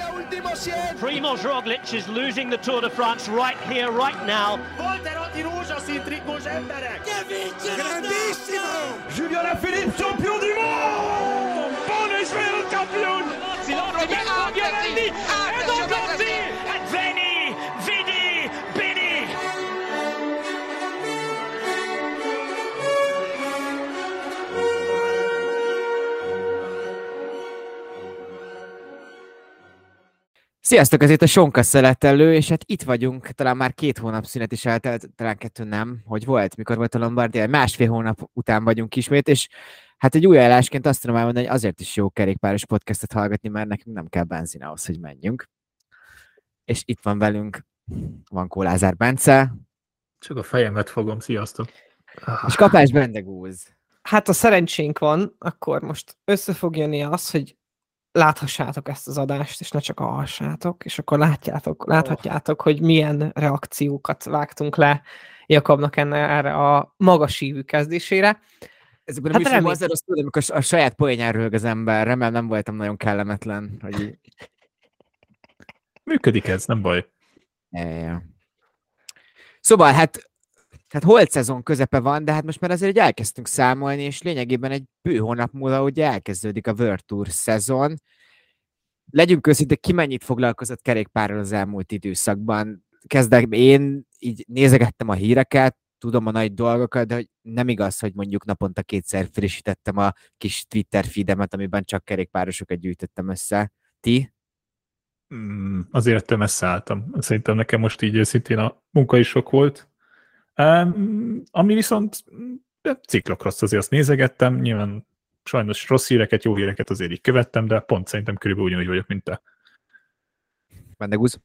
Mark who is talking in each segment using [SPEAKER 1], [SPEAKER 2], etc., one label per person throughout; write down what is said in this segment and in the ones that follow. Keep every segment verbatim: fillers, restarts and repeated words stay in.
[SPEAKER 1] Primoz Roglic is losing the Tour de France right here, right now.
[SPEAKER 2] Volterotti rózsaszín trikós emberek!
[SPEAKER 3] Grandissimo!
[SPEAKER 4] Julien Alaphilippe, champion du monde! Buon Israel champion! Roberto Giovanni, Edo Gozzi, Veni, Vidi, Bini!
[SPEAKER 5] Sziasztok, ezért a Sonka szeletelő, és hát itt vagyunk, talán már két hónap szünet is eltelt, talán kettő nem, hogy volt, mikor volt a Lombardia, másfél hónap után vagyunk ismét, és hát egy új állásként azt tudom elmondani, hogy azért is jó kerékpáros podcastet hallgatni, mert nekünk nem kell benzin ahhoz, hogy menjünk. És itt van velünk Vankó Lázár Bence.
[SPEAKER 6] Csak a fejemet fogom, sziasztok.
[SPEAKER 5] És Kapás Bendegúz.
[SPEAKER 7] Hát a szerencsénk van, akkor most össze fog jönni az, hogy láthassátok ezt az adást, és ne csak hallhassátok, és akkor látjátok, láthatjátok, hogy milyen reakciókat vágtunk le Jakabnak enne, erre a magas ívű kezdésére.
[SPEAKER 5] Ezekben
[SPEAKER 7] Hát
[SPEAKER 5] a műsorban
[SPEAKER 7] remény...
[SPEAKER 5] azért azt tudom, amikor a saját poénján röhög az ember, remélem nem voltam nagyon kellemetlen. Hogy...
[SPEAKER 6] Működik ez, nem baj.
[SPEAKER 5] Ja, ja. Szóval, hát Tehát holt szezon közepe van, de hát most már azért elkezdtünk számolni, és lényegében egy bő hónap múlva ugye elkezdődik a World Tour szezon. Legyünk őszintén, ki mennyit foglalkozott kerékpárral az elmúlt időszakban? Kezdek, én így nézegettem a híreket, tudom a nagy dolgokat, de hogy nem igaz, hogy mondjuk naponta kétszer frissítettem a kis Twitter feedemet, amiben csak kerékpárosokat gyűjtöttem össze. Ti?
[SPEAKER 6] Mm, azért te messze álltam. Szerintem nekem most így őszintén a munka is sok volt. Um, ami viszont ciklokrosz, azért azt nézegettem, nyilván sajnos rossz híreket, jó híreket azért így követtem, de pont szerintem körülbelül ugyanúgy vagyok, mint te.
[SPEAKER 5] Bendegúz?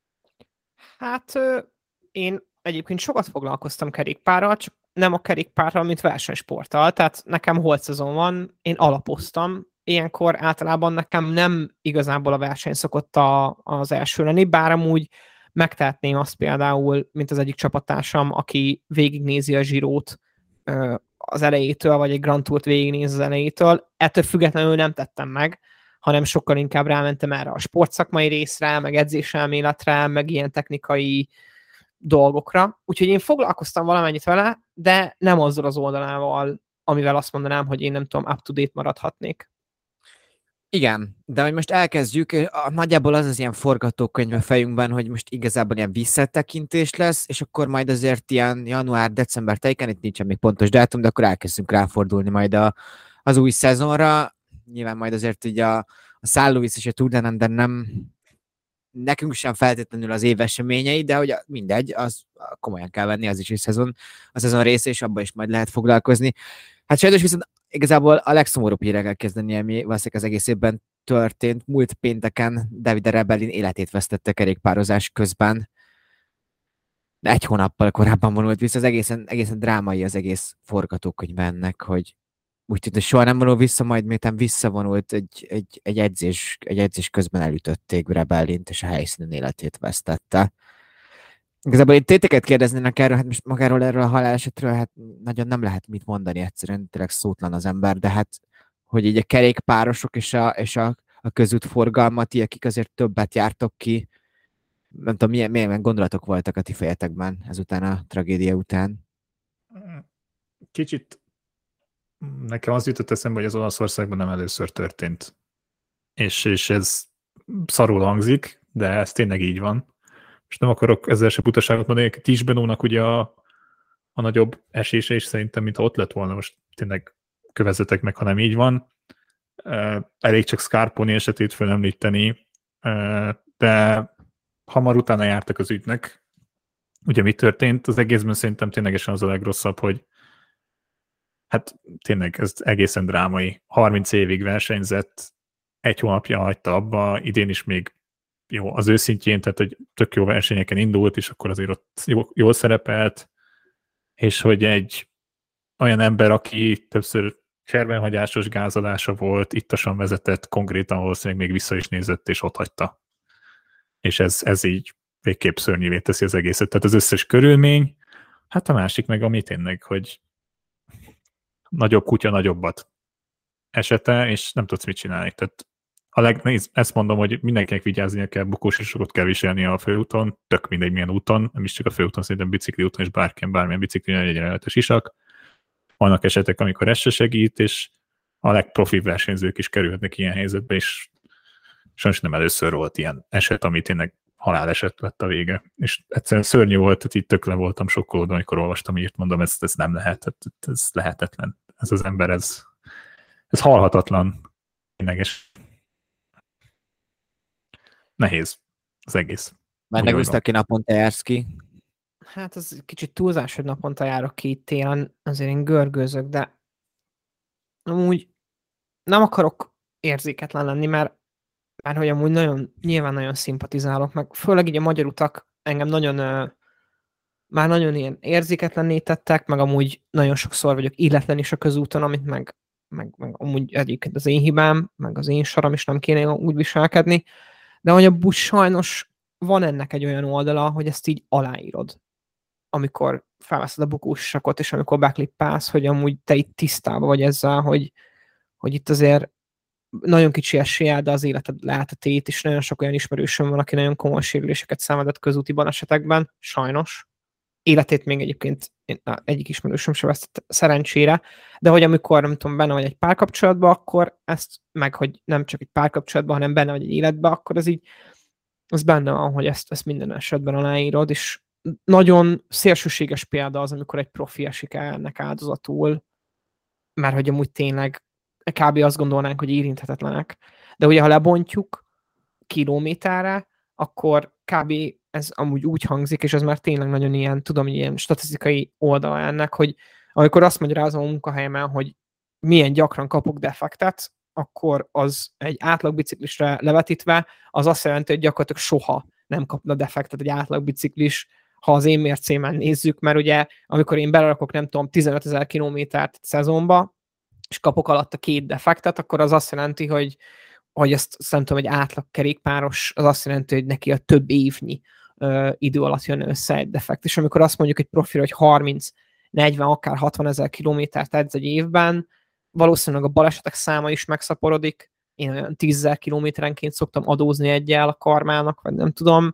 [SPEAKER 7] Hát én egyébként sokat foglalkoztam kerékpárral, csak nem a kerékpárral, mint versenysporttal, tehát nekem holt szezon van, én alapoztam, ilyenkor általában nekem nem igazából a verseny szokott a, az első lenni, bár amúgy megtehetném azt például, mint az egyik csapattársam, aki végignézi a Girót az elejétől, vagy egy Grand Tourt végignéz az elejétől. Ettől függetlenül nem tettem meg, hanem sokkal inkább rámentem erre a sportszakmai részre, meg edzéselméletre, meg ilyen technikai dolgokra. Úgyhogy én foglalkoztam valamennyit vele, de nem azzal az oldalával, amivel azt mondanám, hogy én nem tudom, up-to-date maradhatnék.
[SPEAKER 5] Igen, de hogy most elkezdjük, nagyjából az az ilyen forgatókönyv a fejünkben, hogy most igazából ilyen visszatekintés lesz, és akkor majd azért ilyen január-december tájéken, itt nincsen még pontos dátum, de akkor elkezdünk ráfordulni majd a, az új szezonra. Nyilván majd azért így a, a Szállóvíz és a Tour de Nanden nem nekünk sem feltétlenül az év eseményei, de hogy mindegy, az komolyan kell venni, az is egy szezon, a szezon része, és abban is majd lehet foglalkozni. Hát sajnos viszont igazából a legszomorúbb hírekkel kezdeni, ami valószínűleg az egész évben történt. Múlt pénteken Davide Rebellin életét vesztette kerékpározás közben. De egy hónappal korábban vonult vissza, az egészen, egészen drámai az egész forgatókönyv ennek, hogy úgy tűnt, hogy soha nem vonul vissza, majd miután visszavonult egy, egy, egy, edzés, egy edzés közben elütötték Rebellint, és a helyszínen életét vesztette. Igazából én téteket kérdeznének erről, hát most magáról erről a halálesetről, hát nagyon nem lehet mit mondani, egyszerűen tényleg szótlan az ember, de hát, hogy így a kerékpárosok és a, és a, a közútforgalmat, akik azért többet jártok ki, nem tudom, milyen, milyen gondolatok voltak a ti fejetekben ezután a tragédia után?
[SPEAKER 6] Kicsit nekem az jutott eszembe, hogy az Olaszországban nem először történt. És, és ez szarul hangzik, de ez tényleg így van. És nem akarok ezzel se butaságot mondani, Tisbenónak ugye a, a nagyobb esése is szerintem, mintha ott lett volna, most tényleg kövezzetek meg, ha nem így van. Elég csak Scarponi esetét fölemlíteni, de hamar utána jártak az ügynek. Ugye mi történt? Az egészben szerintem ténylegesen az a legrosszabb, hogy hát tényleg ez egészen drámai. harminc évig versenyzett, egy hónapja hagyta abba, idén is még jó, az őszintjén, tehát hogy tök jó versenyeken indult, és akkor azért ott jól, jól szerepelt, és hogy egy olyan ember, aki többször cserbenhagyásos gázolása volt, ittasan vezetett, konkrétan valószínűleg még vissza is nézett, és ott hagyta. És ez, ez így végképp szörnyűvé teszi az egészet. Tehát az összes körülmény, hát a másik meg, ami tényleg, hogy nagyobb kutya nagyobbat esete, és nem tudsz mit csinálni. Tehát a leg, nézd, ezt mondom, hogy mindenkinek vigyáznia kell, bukósisokat kell viselni a főúton, tök mindegy milyen úton, nem is csak a főúton, szerintem bicikli úton, és bárkén, bármilyen bicikli legyen előttes isak. Vannak esetek, amikor ez se segít, és a legprofibb versenyzők is kerülhetnek ilyen helyzetbe, és sajnos nem először volt ilyen eset, ami tényleg haláleset lett a vége. És egyszerűen szörnyű volt, tehát így tök le voltam sokkolódva, amikor olvastam írt, mondom, ez, ez nem lehet, ez lehetetlen. Ez az ember, ez, ez halhatatlan, tényleges. Nehéz az egész.
[SPEAKER 5] Már megúsztak ki naponta jársz ki?
[SPEAKER 7] Hát az kicsit túlzás, hogy naponta járok ki itt télen, azért én görgőzök, de amúgy nem akarok érzéketlen lenni, mert, mert hogy amúgy nagyon, nyilván nagyon szimpatizálok, meg főleg így a magyar utak engem nagyon, már nagyon ilyen érzéketlenné tettek, meg amúgy nagyon sokszor vagyok illetlen is a közúton, amit meg, meg, meg amúgy egyébként az én hibám, meg az én saram is nem kéne úgy viselkedni, de hogy a busz sajnos van ennek egy olyan oldala, hogy ezt így aláírod, amikor felveszed a bukósisakot, és amikor beklippálsz, hogy amúgy te itt tisztában vagy ezzel, hogy, hogy itt azért nagyon kicsi eséllyel, de az életed lehet a tét, és nagyon sok olyan ismerősöm van, aki nagyon komoly sérüléseket szenvedett közúti balesetekben, sajnos. Életét még egyébként na, egyik ismerősöm sem vesztett szerencsére, de hogy amikor, nem tudom, benne vagy egy párkapcsolatban, akkor ezt, meg hogy nem csak egy párkapcsolatban, hanem benne vagy egy életben, akkor ez így, az benne van, hogy ezt, ezt minden esetben aláírod, és nagyon szélsőséges példa az, amikor egy profi esik el ennek áldozatul, mert hogy amúgy tényleg kb. Azt gondolnánk, hogy érinthetetlenek. De ugye, ha lebontjuk kilométerre, akkor kb. Ez amúgy úgy hangzik, és ez már tényleg nagyon ilyen, tudom, ilyen statisztikai oldala ennek, hogy amikor azt magyarázom a munkahelyemen, hogy milyen gyakran kapok defektet, akkor az egy átlagbiciklisre levetítve, az azt jelenti, hogy gyakorlatilag soha nem kapna defektet egy átlagbiciklis, ha az én mércémen nézzük, mert ugye amikor én belerakok, nem tudom, tizenötezer kilométert szezonba, és kapok alatta két defektet, akkor az azt jelenti, hogy, hogy ezt szerintem egy átlag kerékpáros, az azt jelenti, hogy neki a több évnyi ö, idő alatt jön össze egy defekt. És amikor azt mondjuk egy profil, hogy harminc, negyven, akár hatvanezer kilométert edz egy évben, valószínűleg a balesetek száma is megszaporodik. Én olyan tízezer kilométerenként szoktam adózni egyel a karmának, vagy nem tudom,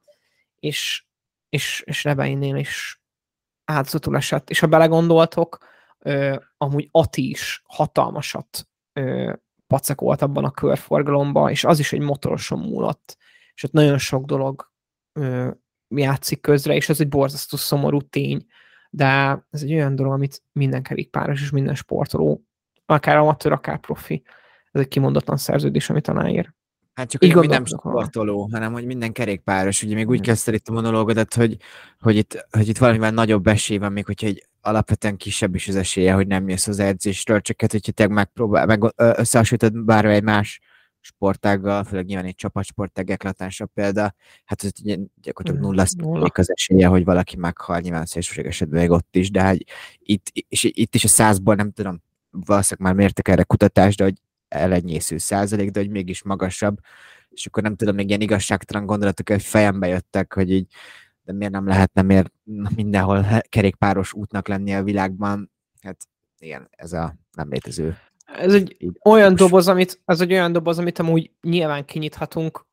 [SPEAKER 7] és, és, és Rebeinnél is áldozatul esett. És ha belegondoltok, Ö, amúgy Ati is hatalmasat ö, pacekolt abban a körforgalomban, és az is egy motoroson múlott. És ott nagyon sok dolog ö, játszik közre, és ez egy borzasztó szomorú tény. De ez egy olyan dolog, amit minden kerékpáros és minden sportoló, akár amatőr, akár profi, ez egy kimondotlan szerződés, amit aláír.
[SPEAKER 5] Hát csak hogy nem sportoló, hanem hogy minden kerékpáros. Ugye még úgy kezdted itt a monológodat, hogy, hogy, itt, hogy itt valamivel nagyobb esély van, még hogyha egy alapvetően kisebb is az esélye, hogy nem jössz az edzésről, csak hát, hogyha te megpróbál, meg összehasonlítod bármely más sportággal, főleg nyilván egy csapatsportág eklatánsabb példa, hát ez gyakorlatilag nulla százalék az esélye, hogy valaki meghal, nyilván szélsőség esetben még ott is, de hát itt, és itt is a százból nem tudom, valószínűleg már mértek erre kutatást, de hogy elenyésző százalék, de hogy mégis magasabb, és akkor nem tudom, még ilyen igazságtalan gondolatok, hogy fejembe jöttek, hogy így, de miért nem lehetne miért mindenhol kerékpáros útnak lenni a világban, hát igen, ez a nem létező.
[SPEAKER 7] Ez egy így, olyan most. doboz, amit, ez egy olyan doboz, amit amúgy nyilván kinyithatunk,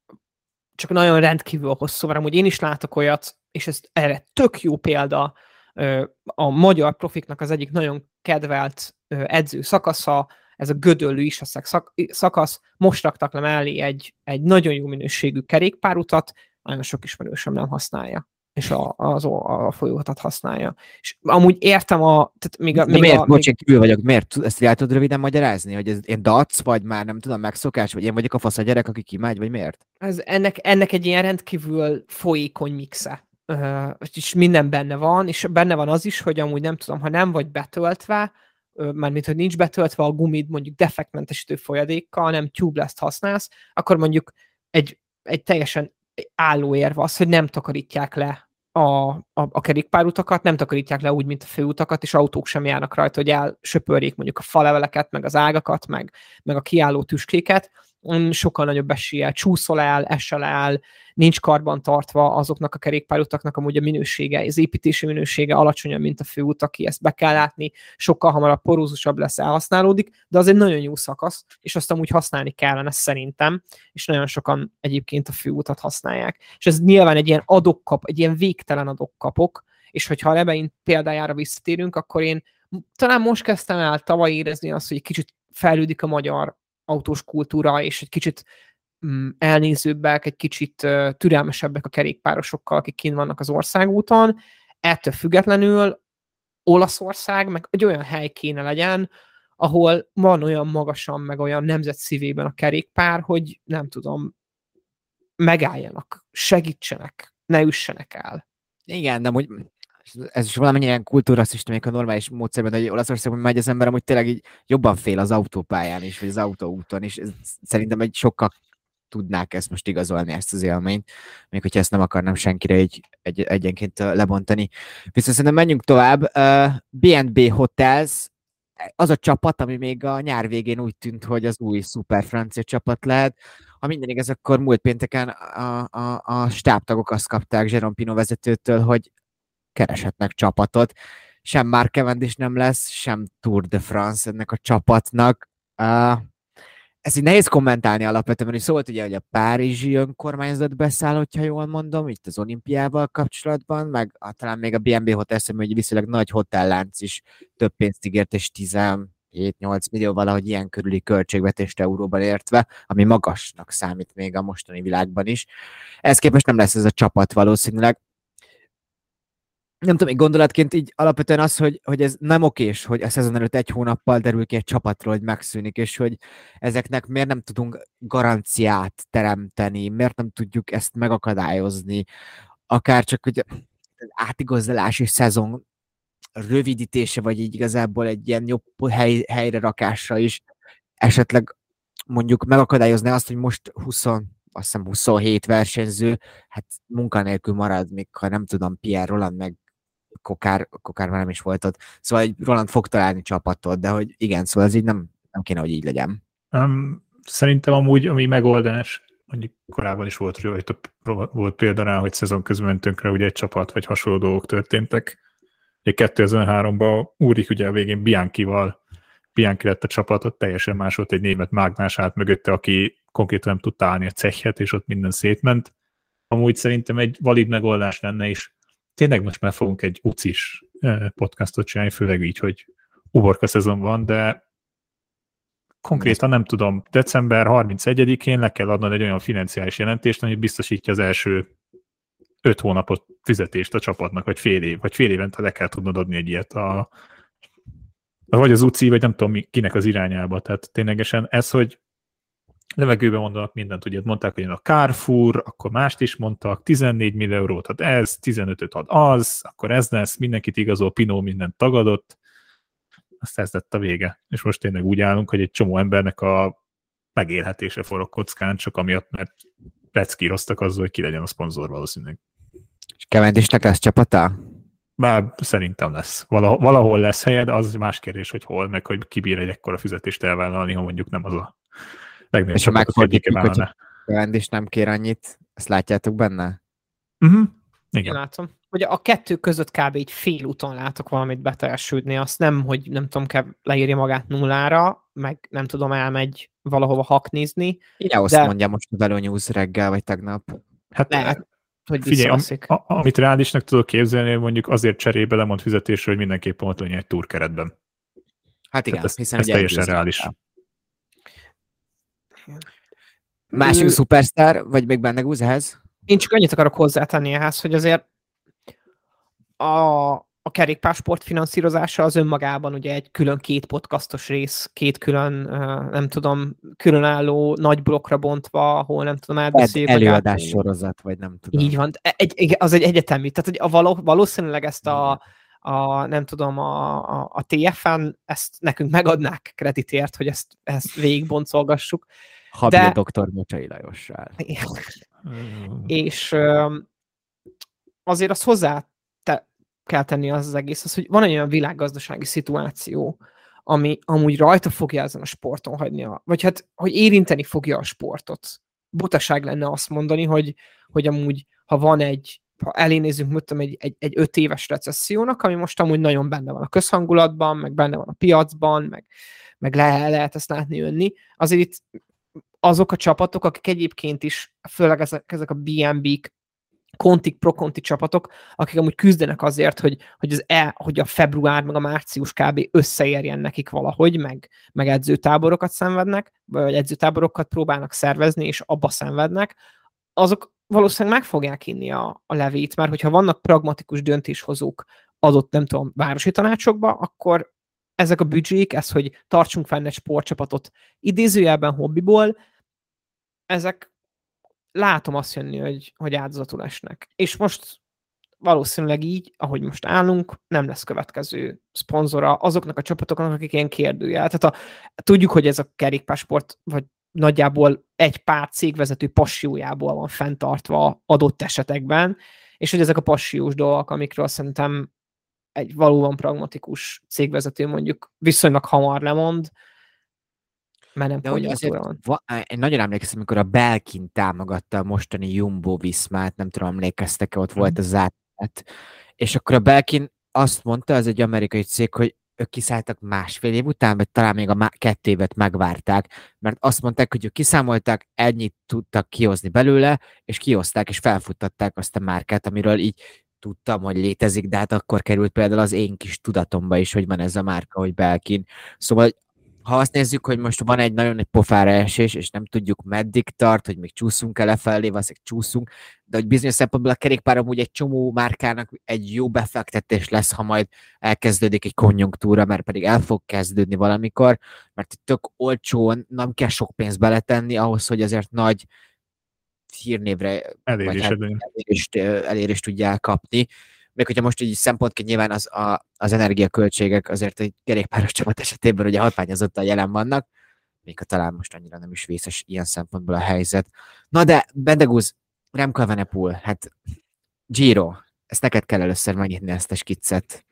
[SPEAKER 7] csak nagyon rendkívül hosszú, mert amúgy én is látok olyat, és ez erre tök jó példa, a magyar profiknak az egyik nagyon kedvelt edző szakasza, ez a Gödöllő Isaszeg szakasz, most raktak le mellé egy, egy nagyon jó minőségű kerékpárutat, nagyon sok ismerősöm nem használja, és a, az, a folyóhatat használja. És amúgy értem a... Tehát még a
[SPEAKER 5] még miért?
[SPEAKER 7] A,
[SPEAKER 5] Bocs, én kívül vagyok. Miért? Ezt el tudod röviden magyarázni? Hogy ez én dac, vagy már nem tudom, megszokás, vagy én vagyok a fasz a gyerek, aki kimegy, vagy miért?
[SPEAKER 7] Ez, ennek, ennek egy ilyen rendkívül folyékony mixe. Uh, és minden benne van, és benne van az is, hogy amúgy nem tudom, ha nem vagy betöltve, mármint, hogy nincs betöltve a gumid mondjuk defektmentesítő folyadékkal, nem tubeless-t használsz, akkor mondjuk egy, egy teljesen álló érv az, hogy nem takarítják le a, a, a kerékpárutakat, nem takarítják le úgy, mint a főutakat, és autók sem járnak rajta, hogy elsöpörjék mondjuk a faleveleket, meg az ágakat, meg, meg a kiálló tüskéket, sokkal nagyobb eséllyel csúszol el, esel el, nincs karban tartva azoknak a kerékpárutaknak amúgy a minősége, az építési minősége alacsonyabb, mint a főút, aki ezt be kell látni, sokkal hamarabb porózusabb lesz, elhasználódik, de az egy nagyon jó szakasz, és azt amúgy használni kellene szerintem, és nagyon sokan egyébként a főútat használják. És ez nyilván egy ilyen adokkap, egy ilyen végtelen adokkapok, és hogyha a Rebein példájára visszatérünk, akkor én talán most kezdtem el tavaly érezni azt, hogy egy kicsit fejlődik a magyar autós kultúra, és egy kicsit mm, elnézőbbek, egy kicsit uh, türelmesebbek a kerékpárosokkal, akik kint vannak az országúton. Ettől függetlenül Olaszország meg egy olyan hely kéne legyen, ahol van olyan magasan, meg olyan nemzet szívében a kerékpár, hogy nem tudom, megálljanak, segítsenek, ne üssenek el.
[SPEAKER 5] Igen, de hogy ez is valamennyien kultúrasszista, még a normális módszerben, hogy Olaszországban megy az ember, amúgy tényleg így jobban fél az autópályán is, vagy az autóúton is. Ez, szerintem egy sokkal tudnák ezt most igazolni, ezt az élményt, még hogyha ezt nem akarnám senkire egy, egy, egyenként lebontani. Viszont szerintem menjünk tovább. Uh, bé és bé Hotels, az a csapat, ami még a nyár végén úgy tűnt, hogy az új szuper francia csapat lehet. Ha minden igaz, akkor múlt pénteken a, a, a stábtagok azt kapták Jérôme Pinot vezetőtől, hogy kereshetnek csapatot. Sem Mark Cavendish nem lesz, sem Tour de France ennek a csapatnak. Uh, ez így nehéz kommentálni alapvetően, hogy szólt ugye, hogy a párizsi önkormányzat beszáll, hogyha jól mondom, itt az olimpiával kapcsolatban, meg talán még a bé és bé Hotels, hogy viszonylag nagy hotellánc is több pénzt ígért, és tizenhét-nyolc millió valahogy ilyen körüli költségvetést euróban értve, ami magasnak számít még a mostani világban is. Ehhez képest nem lesz ez a csapat valószínűleg. Nem tudom, egy gondolatként így alapvetően az, hogy, hogy ez nem okés, hogy a szezon előtt egy hónappal derül ki egy csapatról, hogy megszűnik, és hogy ezeknek miért nem tudunk garanciát teremteni, miért nem tudjuk ezt megakadályozni, akár csak hogy átigazolási szezon rövidítése, vagy így igazából egy ilyen jobb hely, helyre rakása is esetleg mondjuk megakadályozni azt, hogy most húsz, azt hiszem huszonhét versenyző, hát munkanélkül marad, még ha nem tudom, Pierre Roland meg Kokár, Kokár már nem is volt ott. Szóval egy Roland fog találni csapatot, de hogy igen, szóval ez így nem, nem kéne, hogy így legyen. Um,
[SPEAKER 6] szerintem amúgy, ami megoldás, mondjuk korábban is volt, hogy volt példa rá, hogy szezon közben ment tönkre, ugye egy csapat, vagy hasonló dolgok történtek. Ugye kétezer-háromban Úrik ugye a végén Bianchival, Bianchi lett a csapatot, teljesen más volt, egy német mágnás állt mögötte, aki konkrétan nem tudta állni a cechet, és ott minden szétment. Amúgy szerintem egy valid megoldás lenne, és tényleg most már fogunk egy ucis podcastot csinálni, főleg így, hogy uborka szezon van, de konkrétan nem tudom, december harmincegyedikén le kell adnod egy olyan financiális jelentést, ami biztosítja az első öt hónapot fizetést a csapatnak, vagy fél év, vagy fél évente le kell tudnod adni egy ilyet a, vagy az uci, vagy nem tudom kinek az irányába. Tehát ténylegesen ez, hogy levegőben mondanak mindent, ugye mondták, hogy jön a Carrefour, akkor mást is mondtak, tizennégy millió eurót ad ez, tizenötöt ad az, akkor ez lesz, mindenkit igazol, Pinot mindent tagadott, aztán ez lett a vége. És most tényleg úgy állunk, hogy egy csomó embernek a megélhetése forog kockán, csak amiatt, mert peckíroztak azzal, hogy ki legyen a szponzor valószínűleg.
[SPEAKER 5] És Cavendishnek lesz csapata?
[SPEAKER 6] Bár szerintem lesz. Valahol, valahol lesz helyed, az más kérdés, hogy hol, meg hogy ki bír egy ekkora fizetést elvállalni, ha mondjuk nem az a legnagyobb
[SPEAKER 5] és ha megfordítjuk,
[SPEAKER 6] hogy
[SPEAKER 5] Cavendish nem kér annyit, ezt látjátok benne?
[SPEAKER 6] Uh-huh. Igen.
[SPEAKER 7] Én látom. Hogy a kettő között kb. Egy fél úton látok valamit beteljesülni, azt nem, hogy nem tudom, kell leírja magát nullára, meg nem tudom, elmegy valahova haknézni.
[SPEAKER 5] Igen, azt de... mondja most a Velo News reggel, vagy tegnap.
[SPEAKER 7] Hát lehet, hogy
[SPEAKER 6] figyelj, am, a, amit reálisnak tudok képzelni, mondjuk azért cserébe lemond fizetésre, hogy mindenképpen ott legyen egy túr keretben.
[SPEAKER 5] Hát igen,
[SPEAKER 6] ez,
[SPEAKER 5] hiszen
[SPEAKER 6] ez teljesen reális.
[SPEAKER 5] El. Másik szupersztár, vagy még benne gúz ehhez?
[SPEAKER 7] Én csak annyit akarok hozzátenni ehhez, hogy azért a, a kerékpársport finanszírozása az önmagában ugye egy külön két podcastos rész, két külön, nem tudom, különálló nagy blokkra bontva, ahol nem tudom elbeszélni.
[SPEAKER 5] Előadás át... sorozat, vagy nem tudom.
[SPEAKER 7] Így van, egy, az egy egyetemi. Tehát hogy a való, valószínűleg ezt a, a nem tudom, a, a, a té ef-en ezt nekünk megadnák kreditért, hogy ezt, ezt végigboncolgassuk.
[SPEAKER 5] Habja de... doktor Mocsai Lajossal.
[SPEAKER 7] És azért azt hozzá te, kell tenni az, az egész, az, hogy van egy olyan világgazdasági szituáció, ami amúgy rajta fogja ezen a sporton hagyni, a, vagy hát, hogy érinteni fogja a sportot. Butaság lenne azt mondani, hogy, hogy amúgy, ha van egy, ha elénézünk, mondtam, egy, egy, egy öt éves recessziónak, ami most amúgy nagyon benne van a közhangulatban, meg benne van a piacban, meg, meg le, lehet ezt látni jönni, azért itt azok a csapatok, akik egyébként is, főleg ezek, ezek a bé en bé-k, kontik, pro-konti csapatok, akik amúgy küzdenek azért, hogy, hogy, az e, hogy a február meg a március kb. Összeérjen nekik valahogy, meg, meg edzőtáborokat szenvednek, vagy edzőtáborokat próbálnak szervezni, és abba szenvednek, azok valószínűleg meg fogják inni a, a levét, mert hogyha vannak pragmatikus döntéshozók adott, nem tudom, városi tanácsokba, akkor ezek a büdzsék, ez, hogy tartsunk fenn egy sportcsapatot idézőjelben hobbiból, ezek látom azt jönni, hogy, hogy áldozatul esnek. És most valószínűleg így, ahogy most állunk, nem lesz következő szponzora azoknak a csapatoknak, akik ilyen kérdőjel. Tehát a, tudjuk, hogy ez a kerékpársport, vagy nagyjából egy pár cégvezető passiójából van fenntartva adott esetekben, és hogy ezek a passiós dolgok, amikről szerintem egy valóban pragmatikus cégvezető mondjuk viszonylag hamar lemond, mert nem konjunktúra van.
[SPEAKER 5] Va, én nagyon emlékszem, amikor a Belkin támogatta a mostani Jumbo Viszmát, nem tudom, emlékeztek-e, ott mm. volt az átlet, és akkor a Belkin azt mondta, ez egy amerikai cég, hogy ők kiszálltak másfél év után, vagy talán még a má- kettő évet megvárták, mert azt mondták, hogy ők kiszámolták, ennyit tudtak kihozni belőle, és kihozták, és felfuttatták azt a márkát, amiről így tudtam, hogy létezik, de hát akkor került például az én kis tudatomba is, hogy van ez a márka, hogy Belkin. Szóval ha azt nézzük, hogy most van egy nagyon egy pofára esés, és nem tudjuk meddig tart, hogy még csúszunk-e lefelé, valószínűleg csúszunk, de hogy bizonyos szempontból a kerékpár amúgy egy csomó márkának egy jó befektetés lesz, ha majd elkezdődik egy konjunktúra, mert pedig el fog kezdődni valamikor, mert tök olcsón nem kell sok pénzt beletenni ahhoz, hogy azért nagy hírnévre
[SPEAKER 6] elérés,
[SPEAKER 5] hát elérést, elérést tudjál kapni. Még hogyha most így szempontként nyilván az, a, az energiaköltségek azért egy kerékpáros csapat esetében ugye hatványozottan jelen vannak, még ha talán most annyira nem is vészes ilyen szempontból a helyzet. Na de, Bendegúz, Remco Evenepoel, hát Giro, ezt neked kell először megnyitni ezt a skiccet.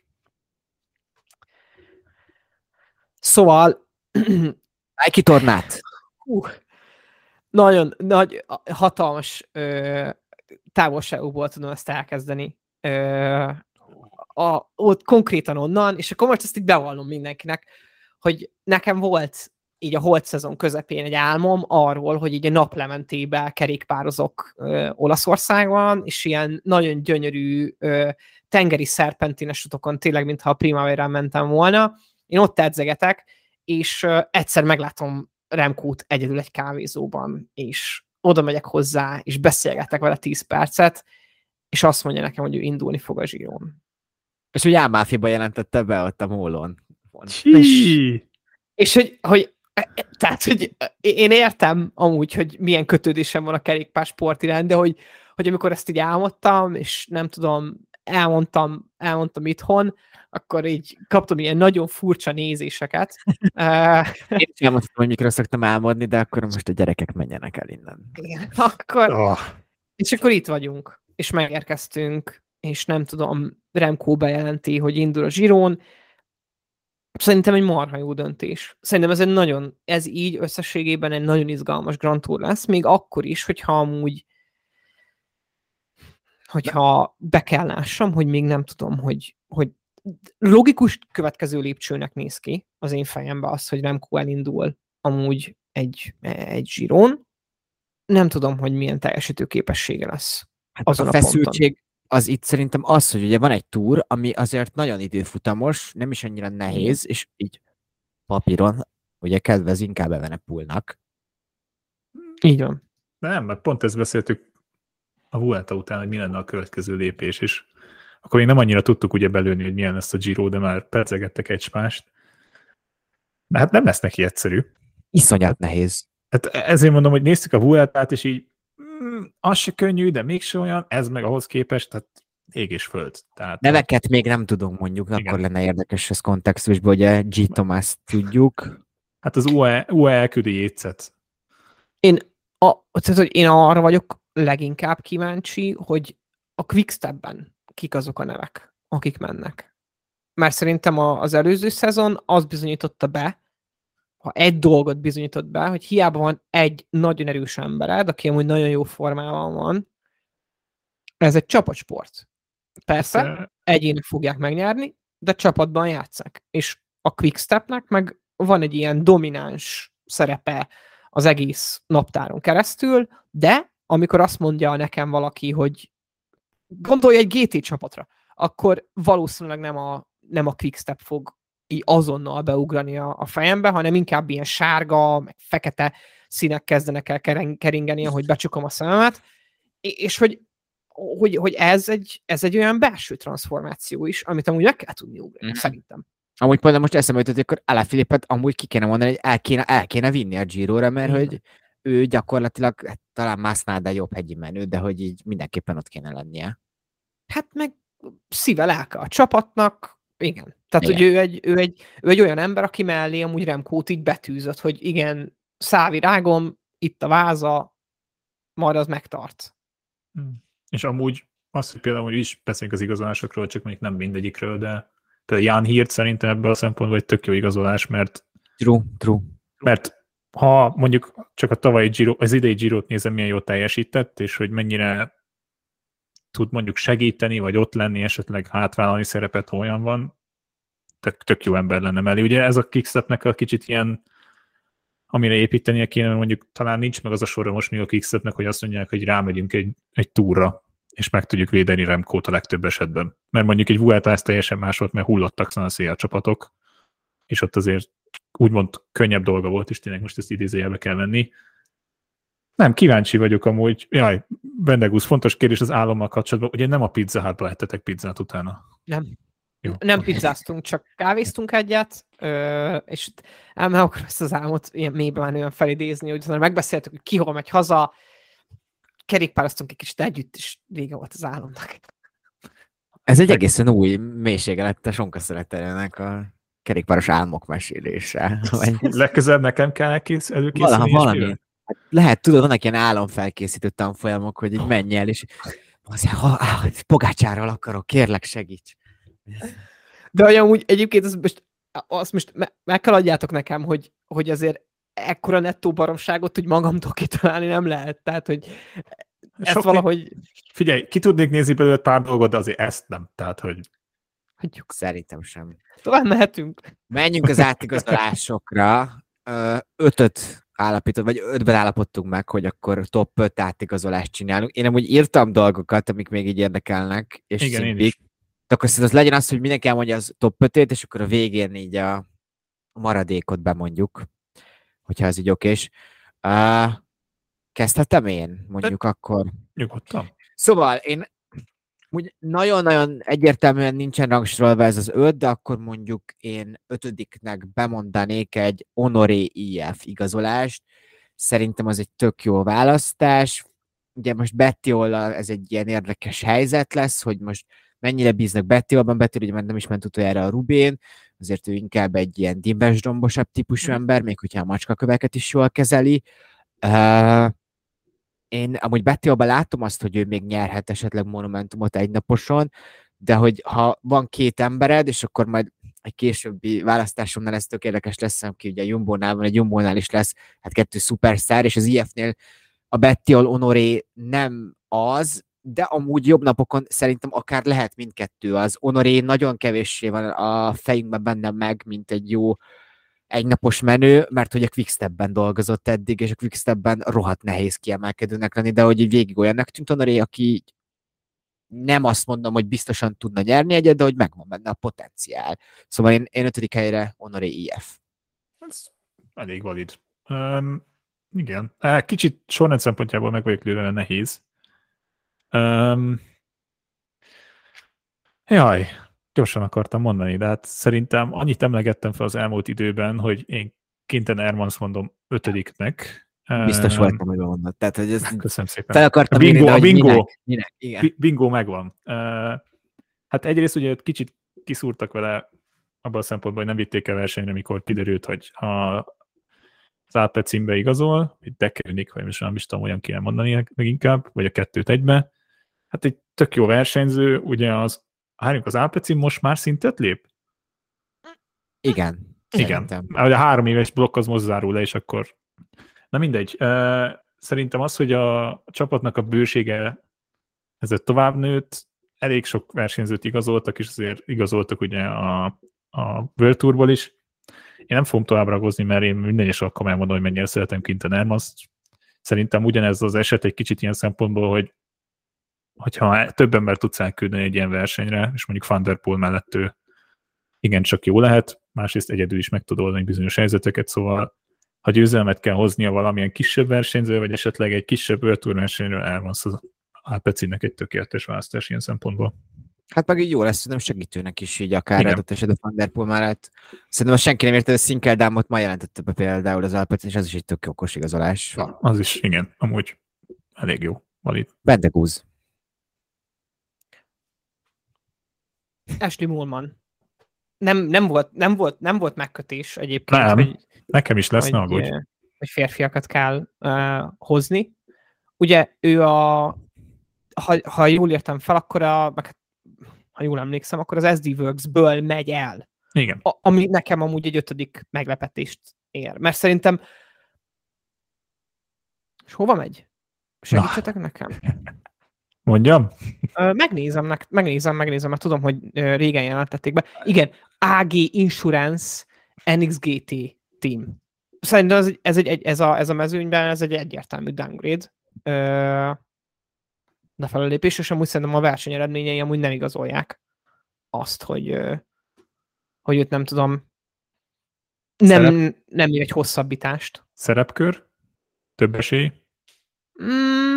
[SPEAKER 7] Szóval...
[SPEAKER 5] Nike tornát!
[SPEAKER 7] Uh, nagyon nagy, hatalmas ö, távolságokból tudom ezt elkezdeni. Ö, a, ott konkrétan onnan, és akkor most ezt így bevallom mindenkinek, hogy nekem volt így a holt szezon közepén egy álmom arról, hogy így a naplementébe kerékpározok ö, Olaszországban, és ilyen nagyon gyönyörű ö, tengeri szerpentines utakon, tényleg mintha a Primaverán mentem volna. Én ott edzegetek, és ö, egyszer meglátom Remkót egyedül egy kávézóban, és oda megyek hozzá, és beszélgetek vele tíz percet, és azt mondja nekem, hogy ő indulni fog a Giron.
[SPEAKER 5] És hogy Ámáfiba jelentette be ott a mólon.
[SPEAKER 7] És, és hogy, hogy, tehát, hogy én értem amúgy, hogy milyen kötődésem van a kerékpársport iránt, de hogy, hogy amikor ezt így álmodtam, és nem tudom, elmondtam, elmondtam itthon, akkor így kaptam ilyen nagyon furcsa nézéseket.
[SPEAKER 5] Én is elmondtam, hogy mikor szoktam álmodni, de akkor most a gyerekek menjenek el innen.
[SPEAKER 7] Igen, akkor,
[SPEAKER 6] oh.
[SPEAKER 7] És akkor itt vagyunk, és megérkeztünk, és nem tudom, Remco bejelenti, hogy indul a Giron. Szerintem egy marha jó döntés. Szerintem ez egy nagyon, ez így összességében egy nagyon izgalmas Grand Tour lesz, még akkor is, hogyha amúgy hogyha be kell lássam, hogy még nem tudom, hogy, hogy logikus következő lépcsőnek néz ki az én fejemben az, hogy Remco elindul amúgy egy, egy Giron. Nem tudom, hogy milyen teljesítő képessége lesz.
[SPEAKER 5] Hát
[SPEAKER 7] azon
[SPEAKER 5] a feszültség az itt szerintem az, hogy ugye van egy túr, ami azért nagyon időfutamos, nem is annyira nehéz, és így papíron ugye kedvez inkább Evenepoelnak.
[SPEAKER 7] Így van.
[SPEAKER 6] De nem, mert pont ezt beszéltük a Vuelta után, hogy mi lenne a következő lépés, és akkor még nem annyira tudtuk ugye belőni, hogy milyen lesz a Giro, de már percegettek egymást. De hát nem lesz neki egyszerű.
[SPEAKER 5] Iszonyat nehéz.
[SPEAKER 6] Hát ezért mondom, hogy néztük a Vueltát, és így mm, az se könnyű, de mégse olyan, ez meg ahhoz képest, tehát ég és föld. Tehát,
[SPEAKER 5] neveket még nem tudunk mondjuk, igen. Akkor lenne érdekes ez kontextusban, ugye G. Thomas tudjuk.
[SPEAKER 6] Hát az u á e elküldi Jécet.
[SPEAKER 7] Én, a, tehát, hogy én arra vagyok leginkább kíváncsi, hogy a Quickstepben kik azok a nevek, akik mennek. mert szerintem az előző szezon az bizonyította be, ha egy dolgot bizonyított be, hogy hiába van egy nagyon erős embered, aki amúgy nagyon jó formában van, ez egy csapatsport. Persze, Persze. egyének fogják megnyerni, de csapatban játszák. És a Quickstepnek meg van egy ilyen domináns szerepe az egész naptáron keresztül, de amikor azt mondja nekem valaki, hogy gondolj egy gé té csapatra, akkor valószínűleg nem a, nem a Quickstep fog így azonnal beugrani a, a fejembe, hanem inkább ilyen sárga, meg fekete színek kezdenek el keringeni, ahogy becsukom a szememet, és hogy, hogy, hogy ez, egy, ez egy olyan belső transformáció is, amit amúgy meg kell tudni ugrani, mm. szerintem.
[SPEAKER 5] Amúgy pont most eszembe jutott, hogy akkor Alaphilippet amúgy ki kéne mondani, hogy el kéne, el kéne vinni a Giro-ra, mert mm. hogy ő gyakorlatilag, hát, talán másznál, de jobb hegyi menő, de hogy így mindenképpen ott kéne lennie.
[SPEAKER 7] Hát meg szíve lelke a csapatnak, igen. Tehát, igen. hogy ő egy, ő, egy, ő egy olyan ember, aki mellé amúgy Remkót így betűzött, hogy igen, szálvirágom, itt a váza, majd az megtart.
[SPEAKER 6] Hmm. És amúgy azt, hogy például, hogy is beszélünk az igazolásokról, csak mondjuk nem mindegyikről, de például Jan Hirt szerintem ebből a szempontból egy tök jó igazolás, mert
[SPEAKER 5] true, true.
[SPEAKER 6] Mert ha mondjuk csak a tavalyi Giro, az idei Girot nézem, milyen jól teljesített, és hogy mennyire tud mondjuk segíteni, vagy ott lenni, esetleg hátvállalni szerepet, ha olyan van, tök, tök jó ember lenne mellé. Ugye ez a Quickstepnek a kicsit ilyen, amire építenie kéne, mondjuk talán nincs meg az a sorra most még a Quickstepnek, hogy azt mondják, hogy rámegyünk egy, egy túra, és meg tudjuk védeni Remkót a legtöbb esetben. Mert mondjuk egy Vuelta ez teljesen más volt, mert hullottak szanaszél csapatok, és ott azért úgymond könnyebb dolga volt, és tényleg most ezt idézőjelbe kell venni. Nem, kíváncsi vagyok amúgy. Jaj, Bendegusz, fontos kérdés az álommal kapcsolatban. Ugye nem a Pizza Hutba ettetek pizzát utána?
[SPEAKER 7] Nem. Jó. Nem pizzáztunk, csak kávéztunk egyet, és el meg akarom ezt az álmot ilyen mélyben menően felidézni, hogy megbeszéltük, hogy ki hol megy haza, kerékpároztunk egy kicsit együtt, és vége volt az álomnak.
[SPEAKER 5] Ez egy egészen új mélysége lett a Sonka Szeretelőnek a kerékpáros álmok mesélése.
[SPEAKER 6] Legközelebb nekem kell előkészíteni.
[SPEAKER 5] Valaha valami. Hát lehet, tudod, vannak ilyen álomfelkészítő tanfolyamok, hogy így menj el, és azért, ha, ha, Pogácsárral akarok, kérlek, segíts.
[SPEAKER 7] De olyan úgy egyébként az most, azt most me- meg kell adjátok nekem, hogy, hogy azért ekkora nettó baromságot úgy magamtól kitalálni nem lehet. Tehát, hogy ezt Sok valahogy...
[SPEAKER 6] Figyelj, ki tudnék nézni belőle pár dolgot, de azért ezt nem. Tehát, hogy...
[SPEAKER 5] Hagyjuk, szerintem sem.
[SPEAKER 7] Tovább mehetünk.
[SPEAKER 5] Menjünk az átigazolásokra. Ötöt állapított, vagy ötben állapodtunk meg, hogy akkor top öt átigazolást csinálunk. Én amúgy írtam dolgokat, amik még így érdekelnek, és
[SPEAKER 6] igen, én
[SPEAKER 5] is. De akkor az legyen az, hogy mindenki elmondja az top ötét, és akkor a végén így a maradékot bemondjuk, hogyha ez így okés. Uh, kezdhetem én, mondjuk De akkor.
[SPEAKER 6] Nyugodtan.
[SPEAKER 5] Szóval én úgy nagyon-nagyon egyértelműen nincsen rangsorolva ez az öt, de akkor mondjuk én ötödiknek bemondanék egy Honoré i ef igazolást. Szerintem az egy tök jó választás. Ugye most Bettiol ez egy ilyen érdekes helyzet lesz, hogy most mennyire bíznak Bettiolban, Bettiol ugye nem is ment utoljára a Rubén, azért ő inkább egy ilyen dimbes-dombosabb típusú ember, még hogyha a macskaköveket is jól kezeli. Uh, Én amúgy Bettiolban látom azt, hogy ő még nyerhet esetleg monumentumot egynaposon, de hogy ha van két embered, és akkor majd egy későbbi választásomnál ez tök érdekes lesz, aki ugye a Jumbónál van, egy Jumbónál is lesz, hát kettő szupersztár, és az i ef-nél a Bettiol Honoré nem az, de amúgy jobb napokon szerintem akár lehet mindkettő. Az Honoré nagyon kevéssé van a fejünkben bennem meg, mint egy jó egynapos menő, mert hogy a Quickstepben dolgozott eddig, és a Quickstepben rohadt nehéz kiemelkedőnek lenni, de hogy így végig olyannak tűnt Honoré, aki nem azt mondom, hogy biztosan tudna nyerni egyet, de hogy megvan benne a potenciál. Szóval én, én ötödik helyre Honoré i ef.
[SPEAKER 6] Ez elég valid. Um, igen. Kicsit sorrend szempontjából meg vagyok lőve, nehéz. Um, jaj, gyorsan akartam mondani, de hát szerintem annyit emlegettem fel az elmúlt időben, hogy én Quinten Hermans mondom ötödiknek.
[SPEAKER 5] Biztos voltam, hogy mondod. Tehát, hogy ezt
[SPEAKER 6] köszönöm szépen.
[SPEAKER 5] Fel akartam
[SPEAKER 6] a bingo,
[SPEAKER 5] írni, de
[SPEAKER 6] a bingo,
[SPEAKER 5] minek, minek? Igen.
[SPEAKER 6] bingo megvan. Hát egyrészt ugye kicsit kiszúrtak vele abban a szempontból, hogy nem vitték el versenyre, amikor kiderült, hogy a, az Alpe címbe igazol, itt Dekernik, vagy most nem is tudom, olyan kéne mondani meg inkább, vagy a kettőt egybe. Hát egy tök jó versenyző, ugye az, hárjunk az Alpe cím most már szintet lép?
[SPEAKER 5] Igen.
[SPEAKER 6] Igen.
[SPEAKER 5] Szerintem.
[SPEAKER 6] A három éves blokk az most zárul le, és akkor... Na mindegy. Szerintem az, hogy a csapatnak a bősége ezért tovább nőtt, elég sok versenyzőt igazoltak, és azért igazoltak ugye a, a World Tourból is. Én nem fogom tovább ragozni, mert én minden is alkalmán mondom, hogy mennyire szeretem Quinten Hermans. Szerintem ugyanez az eset egy kicsit ilyen szempontból, hogy hogyha több ember tudsz elküldeni egy ilyen versenyre, és mondjuk Van der Poel mellett ő igencsak jó lehet, másrészt egyedül is meg tud oldani bizonyos helyzeteket, szóval ha győzelmet kell hoznia valamilyen kisebb versenyző, vagy esetleg egy kisebb World Tour versenyről, Hermans az Alpecinnek egy tökéletes választás ilyen szempontból.
[SPEAKER 5] Hát meg így jó lesz, nem segítőnek is így akár
[SPEAKER 6] Igen.
[SPEAKER 5] adott esetben Van der Poel mellett. Szerintem senki nem érte, hogy Sinkeldamot ma jelentette be például az Alpecin, és ez is egy tök okos igazolás.
[SPEAKER 6] Az is, igen, amúgy elég jó, valid.
[SPEAKER 5] Bendegúz.
[SPEAKER 7] Ashley Moolman. Nem, nem, volt, nem, volt, nem volt megkötés egyébként,
[SPEAKER 6] Nem,
[SPEAKER 7] hogy,
[SPEAKER 6] nekem is lesz,
[SPEAKER 7] hogy,
[SPEAKER 6] ne aggódj.
[SPEAKER 7] eh, hogy férfiakat kell uh, hozni. Ugye ő a, ha, ha jól értem fel, akkor a, meg, ha jól emlékszem, akkor az es dé Works-ből megy el.
[SPEAKER 6] Igen.
[SPEAKER 7] A, ami nekem amúgy egy ötödik meglepetést ér. Mert szerintem és hova megy? Segítsetek nekem.
[SPEAKER 6] Mondjam?
[SPEAKER 7] Ö, Megnézem, nek- megnézem, megnézem, mert tudom, hogy ö, régen jelentették be. Igen, á gé Insurance en iksz gé té Team. Szerintem ez, egy- ez, egy, egy, ez, a, ez a mezőnyben ez egy egyértelmű downgrade. Ö, de felelépés, és amúgy szerintem a verseny eredményei amúgy nem igazolják azt, hogy, ö, hogy őt nem tudom, nem,
[SPEAKER 6] Szerep?
[SPEAKER 7] nem ír egy hosszabbítást.
[SPEAKER 6] Szerepkör? Több esély?
[SPEAKER 7] Mm,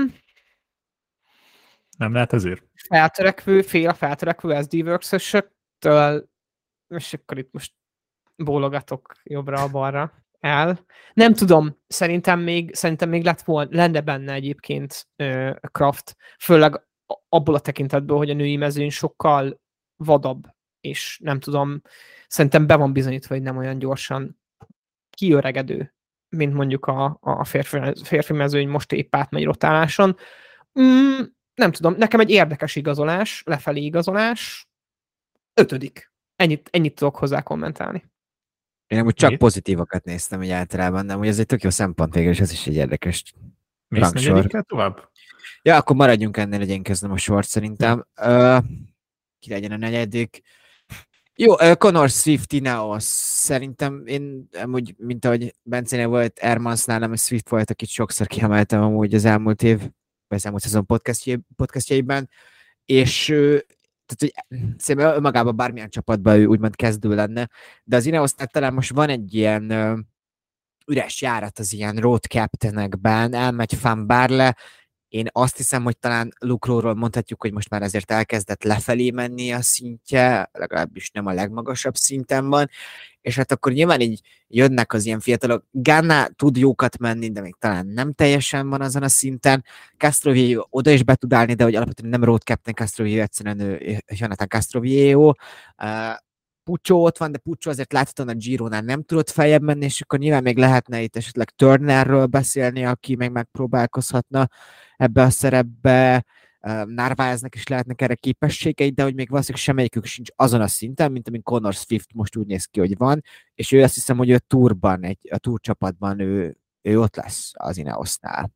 [SPEAKER 6] Nem lehet ezért?
[SPEAKER 7] feltörekvő, fél a feltörekvő es dé Works-ösöktől, és akkor itt most bólogatok jobbra-balra el. Nem tudom, szerintem még, szerintem még lett volna, lenne benne egyébként uh, Kraft, főleg abból a tekintetből, hogy a női mezőny sokkal vadabb, és nem tudom, szerintem be van bizonyítva, hogy nem olyan gyorsan kiöregedő, mint mondjuk a, a férfi, férfi mezőny most épp átmegy rotáláson. Mm, nem tudom, nekem egy érdekes igazolás, lefelé igazolás, ötödik. Ennyit, ennyit tudok hozzá kommentálni.
[SPEAKER 5] Én amúgy csak
[SPEAKER 6] Mit?
[SPEAKER 5] pozitívakat néztem hogy általában, de amúgy ez egy tök jó szempont végül, és ez is egy érdekes
[SPEAKER 6] Mész
[SPEAKER 5] rangsor.
[SPEAKER 6] negyedikkel tovább?
[SPEAKER 5] Ja, akkor maradjunk ennél, hogy én kezdem a sort szerintem. Uh, ki legyen a negyedik? Jó, uh, Connor Swift, Ineos. Szerintem én amúgy, mint ahogy Bencénél volt, Hermansnál, nem, Swift volt, akit sokszor kiemeltem amúgy az elmúlt év, vagy az elmúlt szezon podcastjé, podcastjaiban, és uh, tehát, hogy szerintem önmagában bármilyen csapatban ő úgymond kezdő lenne, de az Ineosnál talán most van egy ilyen uh, üres járat az ilyen road captainekben, elmegy Van Barle. Én azt hiszem, hogy talán Luke Rowe-ról mondhatjuk, hogy most már ezért elkezdett lefelé menni a szintje, legalábbis nem a legmagasabb szinten van, és hát akkor nyilván így jönnek az ilyen fiatalok. Ganna tud jókat menni, de még talán nem teljesen van azon a szinten. Castroviejo oda is be tud állni, de hogy alapvetően nem road captain Castroviejo, egyszerűen ő Jonathan Castroviejo. Uh, Puccio ott van, de Puccio azért láthatóan a Gironál nem tudott feljebb menni, és akkor nyilván még lehetne itt esetleg Turnerről beszélni, aki meg megpróbálkozhatna ebbe a szerepbe. Narvaeznek is lehetnek erre képességei, de hogy még valószínűleg semmelyikük sincs azon a szinten, mint amin Connor Swift most úgy néz ki, hogy van, és ő azt hiszem, hogy ő túrban, egy, a túr csapatban ő, ő ott lesz az Ineosnál.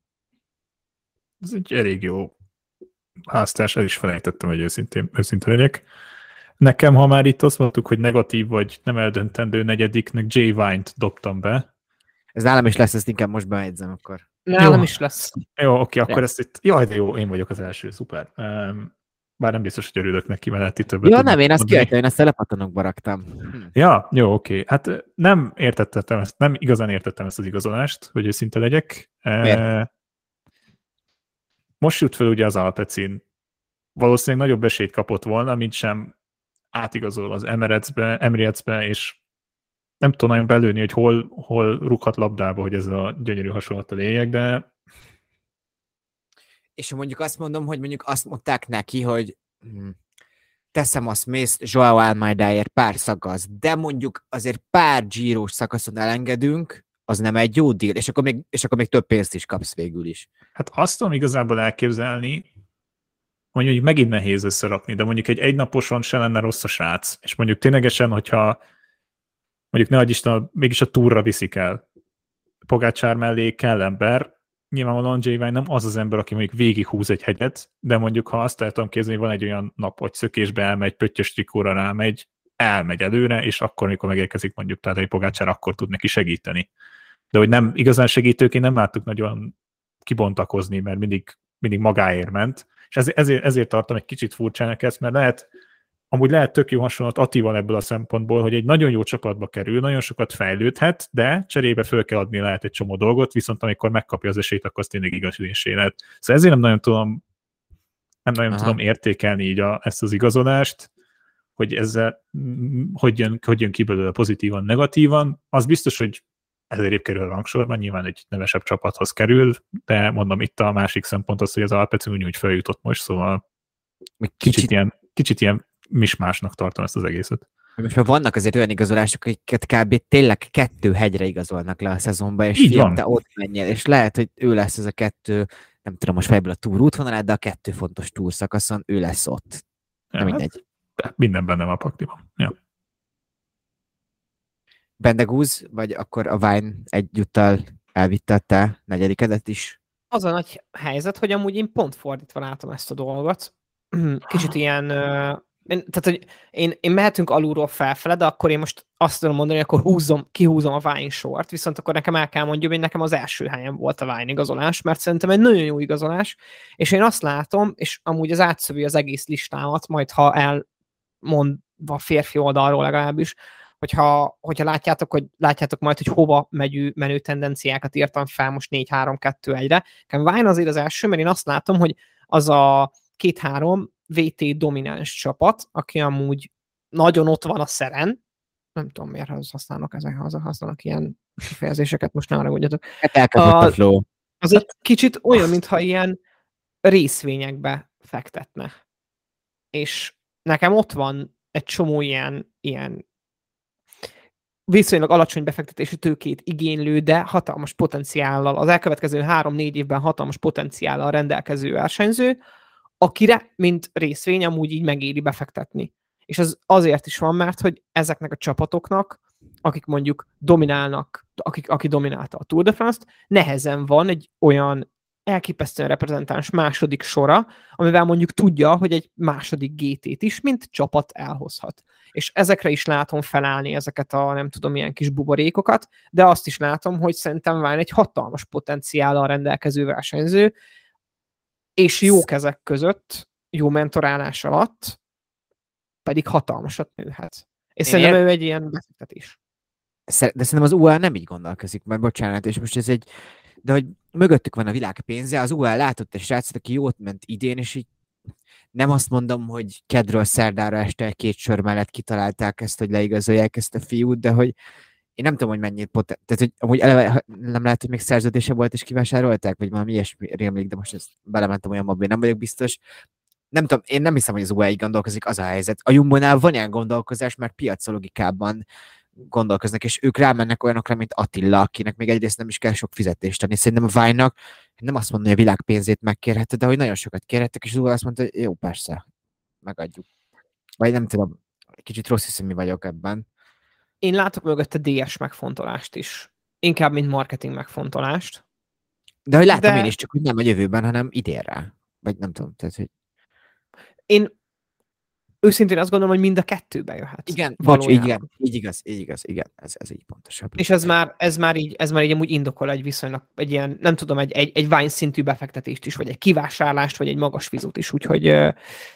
[SPEAKER 6] Ez egy elég jó választás, el is felejtettem, hogy őszintén, őszintén legyek. Nekem, ha már itt azt mondtuk, hogy negatív vagy nem eldöntendő negyediknek, Jay Vine-t dobtam be.
[SPEAKER 5] Ez nálam is lesz, ezt inkább most bejegyzem akkor.
[SPEAKER 7] Nálam
[SPEAKER 6] Jó.
[SPEAKER 7] is lesz.
[SPEAKER 6] Jó, oké, akkor
[SPEAKER 7] Ja.
[SPEAKER 6] ezt itt... Jaj, de jó, én vagyok az első, szuper. Um, bár nem biztos, hogy örülök neki, mert lehet itt többet
[SPEAKER 5] Ja,
[SPEAKER 6] tudnak
[SPEAKER 5] nem, én azt
[SPEAKER 6] mondani.
[SPEAKER 5] kijöttem, én ezt a lepatonokba raktam. Hm.
[SPEAKER 6] Ja, jó, oké. Hát nem értettem ezt, nem igazán értettem ezt az igazolást, hogy őszinte legyek.
[SPEAKER 5] Miért?
[SPEAKER 6] Most jut fel ugye az Alpecin. Valószínűleg nagyobb esélyt kapott volna, mint sem átigazol az Emirates-be, Emirates-be, és nem tudom nagyon belőni, hogy hol, hol rúghat labdába, hogy ez a gyönyörű hasonlattal éljek, de
[SPEAKER 5] És mondjuk azt mondom, hogy mondjuk azt mondták neki, hogy hm, teszem azt, mész Joao Almeidáért pár szakasz, de mondjuk azért pár Giro-s szakaszon elengedünk, az nem egy jó deal, és akkor még, és akkor még több pénzt is kapsz végül is.
[SPEAKER 6] hát azt tudom igazából elképzelni, mondjuk hogy megint nehéz összerakni, de mondjuk egy egynaposon se lenne rossz a srác, és mondjuk ténylegesen, hogyha mondjuk ne adj Isten, mégis a túrra viszik el. Pogácsár mellé kell ember, nyilvánvalóan Jay Vine nem az az ember, aki mondjuk végighúz egy hegyet, de mondjuk ha azt el tudom képzelni, van egy olyan nap, hogy szökésbe elmegy, pöttyös trikóra rámegy, elmegy előre, és akkor, amikor megérkezik mondjuk Tadej Pogácsár, akkor tud neki segíteni. De hogy nem igazán segítőként nem láttuk nagyon kibontakozni, mert mindig, mindig magáért ment, és ezért, ezért tartom egy kicsit furcsának ezt, mert lehet, amúgy lehet tök jó hasonlat Attival ebből a szempontból, hogy egy nagyon jó csapatba kerül, nagyon sokat fejlődhet, de cserébe föl kell adni lehet egy csomó dolgot, viszont amikor megkapja az esélyt, akkor az tényleg igazolásé lehet. Szóval ezért nem nagyon tudom, nem nagyon tudom értékelni így a, ezt az igazolást, hogy ezzel hogy jön, hogy jön ki belőle pozitívan, negatívan. Az biztos, hogy ezért kerül a rangsorban, nyilván egy nevesebb csapathoz kerül, de mondom, itt a másik szempont az, hogy az Alpecin úgy feljutott most, szóval kicsit, kicsit ilyen, kicsit ilyen mismásnak tartom ezt az egészet.
[SPEAKER 5] Most már vannak azért olyan igazolások, akiket kb. Tényleg kettő hegyre igazolnak le a szezonba, és
[SPEAKER 6] így
[SPEAKER 5] fiam,
[SPEAKER 6] van.
[SPEAKER 5] te ott menjél, és lehet, hogy ő lesz ez a kettő, nem tudom most fejből a túr útvonalát, de a kettő fontos túrszakaszon ő lesz ott. Nem
[SPEAKER 6] Ja,
[SPEAKER 5] mindegy.
[SPEAKER 6] Hát, minden benne van a pakliban. Ja.
[SPEAKER 5] Bendegúz, vagy akkor a Vine egyúttal elvitte a te negyedikedet is?
[SPEAKER 7] Az a nagy helyzet, hogy amúgy én pont fordítva látom ezt a dolgot. Kicsit ilyen... Uh, én, tehát, hogy én, én mehetünk alulról felfele, de akkor én most azt tudom mondani, hogy akkor húzzom, kihúzom a Vine sort, viszont akkor nekem el kell mondjam, hogy nekem az első helyen volt a Vine igazolás, mert szerintem egy nagyon jó igazolás, és én azt látom, és amúgy az átszövi az egész listámat, majd ha elmondva a férfi oldalról legalábbis, hogyha, hogyha látjátok, hogy látjátok majd, hogy hova megyő, menő tendenciákat írtam fel most négy három kettő egyre. Nekem Vine azért az első, mert én azt látom, hogy az a két-három vé té domináns csapat, aki amúgy nagyon ott van a szeren, nem tudom miért használnak ezek, használnak ilyen kifejezéseket, most ne arra mondjatok.
[SPEAKER 5] A, a flow.
[SPEAKER 7] Az egy kicsit olyan, mintha ilyen részvényekbe fektetne. És nekem ott van egy csomó ilyen, ilyen viszonylag alacsony befektetési tőkét igénylő, de hatalmas potenciállal, az elkövetkező három-négy évben hatalmas potenciállal rendelkező versenyző, akire, mint részvény, amúgy így megéri befektetni. És az azért is van, mert hogy ezeknek a csapatoknak, akik mondjuk dominálnak, akik, aki dominálta a Tour de France-t, nehezen van egy olyan elképesztően reprezentáns második sora, amivel mondjuk tudja, hogy egy második gé té-t is, mint csapat elhozhat. És ezekre is látom felállni ezeket a nem tudom milyen kis buborékokat, de azt is látom, hogy szerintem van egy hatalmas potenciállal rendelkező versenyző, és jó kezek között, jó mentorálás alatt pedig hatalmasat nőhet. És Én szerintem ér... ő egy ilyen befektetés.
[SPEAKER 5] De szerintem az u á nem így gondolkozik, mert bocsánat, és most ez egy, de hogy mögöttük van a világ pénze, az u á látott egy srácot, aki jót ment idén, és így nem azt mondom, hogy kedről szerdára este két sor mellett kitalálták ezt, hogy leigazolják ezt a fiút, de hogy én nem tudom, hogy mennyit poten... Tehát, hogy amúgy eleve nem lehet, hogy még szerződése volt, és kivásárolták, vagy valami ilyesmi rémlik, de most ezt belementem olyan mobil, nem vagyok biztos. Nem tudom, én nem hiszem, hogy az u á így gondolkozik, az a helyzet. A Jumbo-nál van ilyen gondolkozás, mert piaclogikában gondolkoznak, és ők rámennek olyanokra, mint Attila, akinek még egyrészt nem is kell sok fizetést adni. Szerintem a Vine-nak nem azt mondom, hogy a világ pénzét megkérhette, de hogy nagyon sokat kérhettek, és az u á azt mondta, hogy jó, persze, megadjuk. Vagy nem tudom, kicsit rossz hiszemű vagyok ebben.
[SPEAKER 7] Én látok mögötte dé es megfontolást is. Inkább, mint marketing megfontolást.
[SPEAKER 5] De hogy látom
[SPEAKER 7] De...
[SPEAKER 5] én is, csak hogy nem a jövőben, hanem idénre. Vagy nem tudom, tehát, hogy...
[SPEAKER 7] Én őszintén azt gondolom, hogy mind a kettőbe jöhet.
[SPEAKER 5] Igen, bocs, így, igen, így igaz, így igaz, igen, ez, ez így pontosabb.
[SPEAKER 7] És ez már, ez már így, ez már így amúgy indokol egy viszonylag, egy ilyen, nem tudom, egy, egy, egy Vine szintű befektetést is, vagy egy kivásárlást, vagy egy magas fizut is, úgyhogy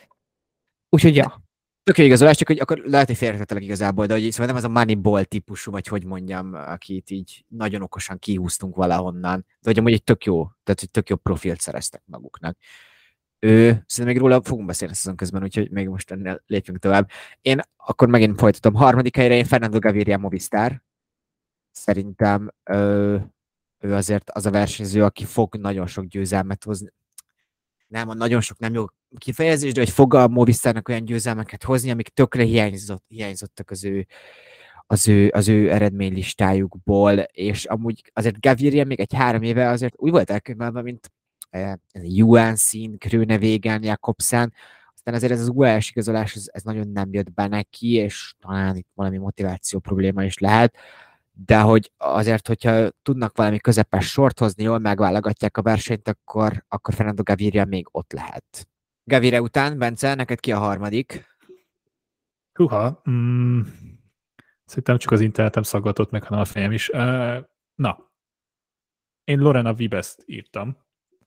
[SPEAKER 7] úgyhogy ja.
[SPEAKER 5] Tök jó igazolás, csak hogy akkor lehet, hogy félretettelek igazából, de hogy szóval nem az a Moneyball típusú, vagy hogy mondjam, akit így nagyon okosan kihúztunk valahonnan, de hogy amúgy egy tök jó, tehát hogy tök jó profilt szereztek maguknak. Ő, szerintem még róla fogunk beszélni a szezon közben, úgyhogy még most ennél lépjünk tovább. Én akkor megint folytatom. Harmadik helyre én Fernando Gaviria Movistar. Szerintem ő, ő azért az a versenyző, aki fog nagyon sok győzelmet hozni. Nem, a nagyon sok nem jó kifejezés, de hogy fog a Movistarnak olyan győzelmeket hozni, amik tökre hiányzott, hiányzottak az ő, az, ő, az ő eredménylistájukból, és amúgy azért Gaviria még egy három éve azért úgy volt elkönyvelve, mint Johansson, Groenewegen, Jakobsen, aztán ezért ez az u es igazolás, ez, ez nagyon nem jött be neki, és talán itt valami motiváció probléma is lehet, de hogy azért, hogyha tudnak valami közepes sort hozni, jól megválogatják a versenyt, akkor, akkor Fernando Gaviria még ott lehet. Gaviria után, Bence, neked ki a harmadik?
[SPEAKER 6] Húha, mm, szerintem csak az internetem szaggatott meg, hanem a fejem is. Uh, na, én Lorena Vibest írtam.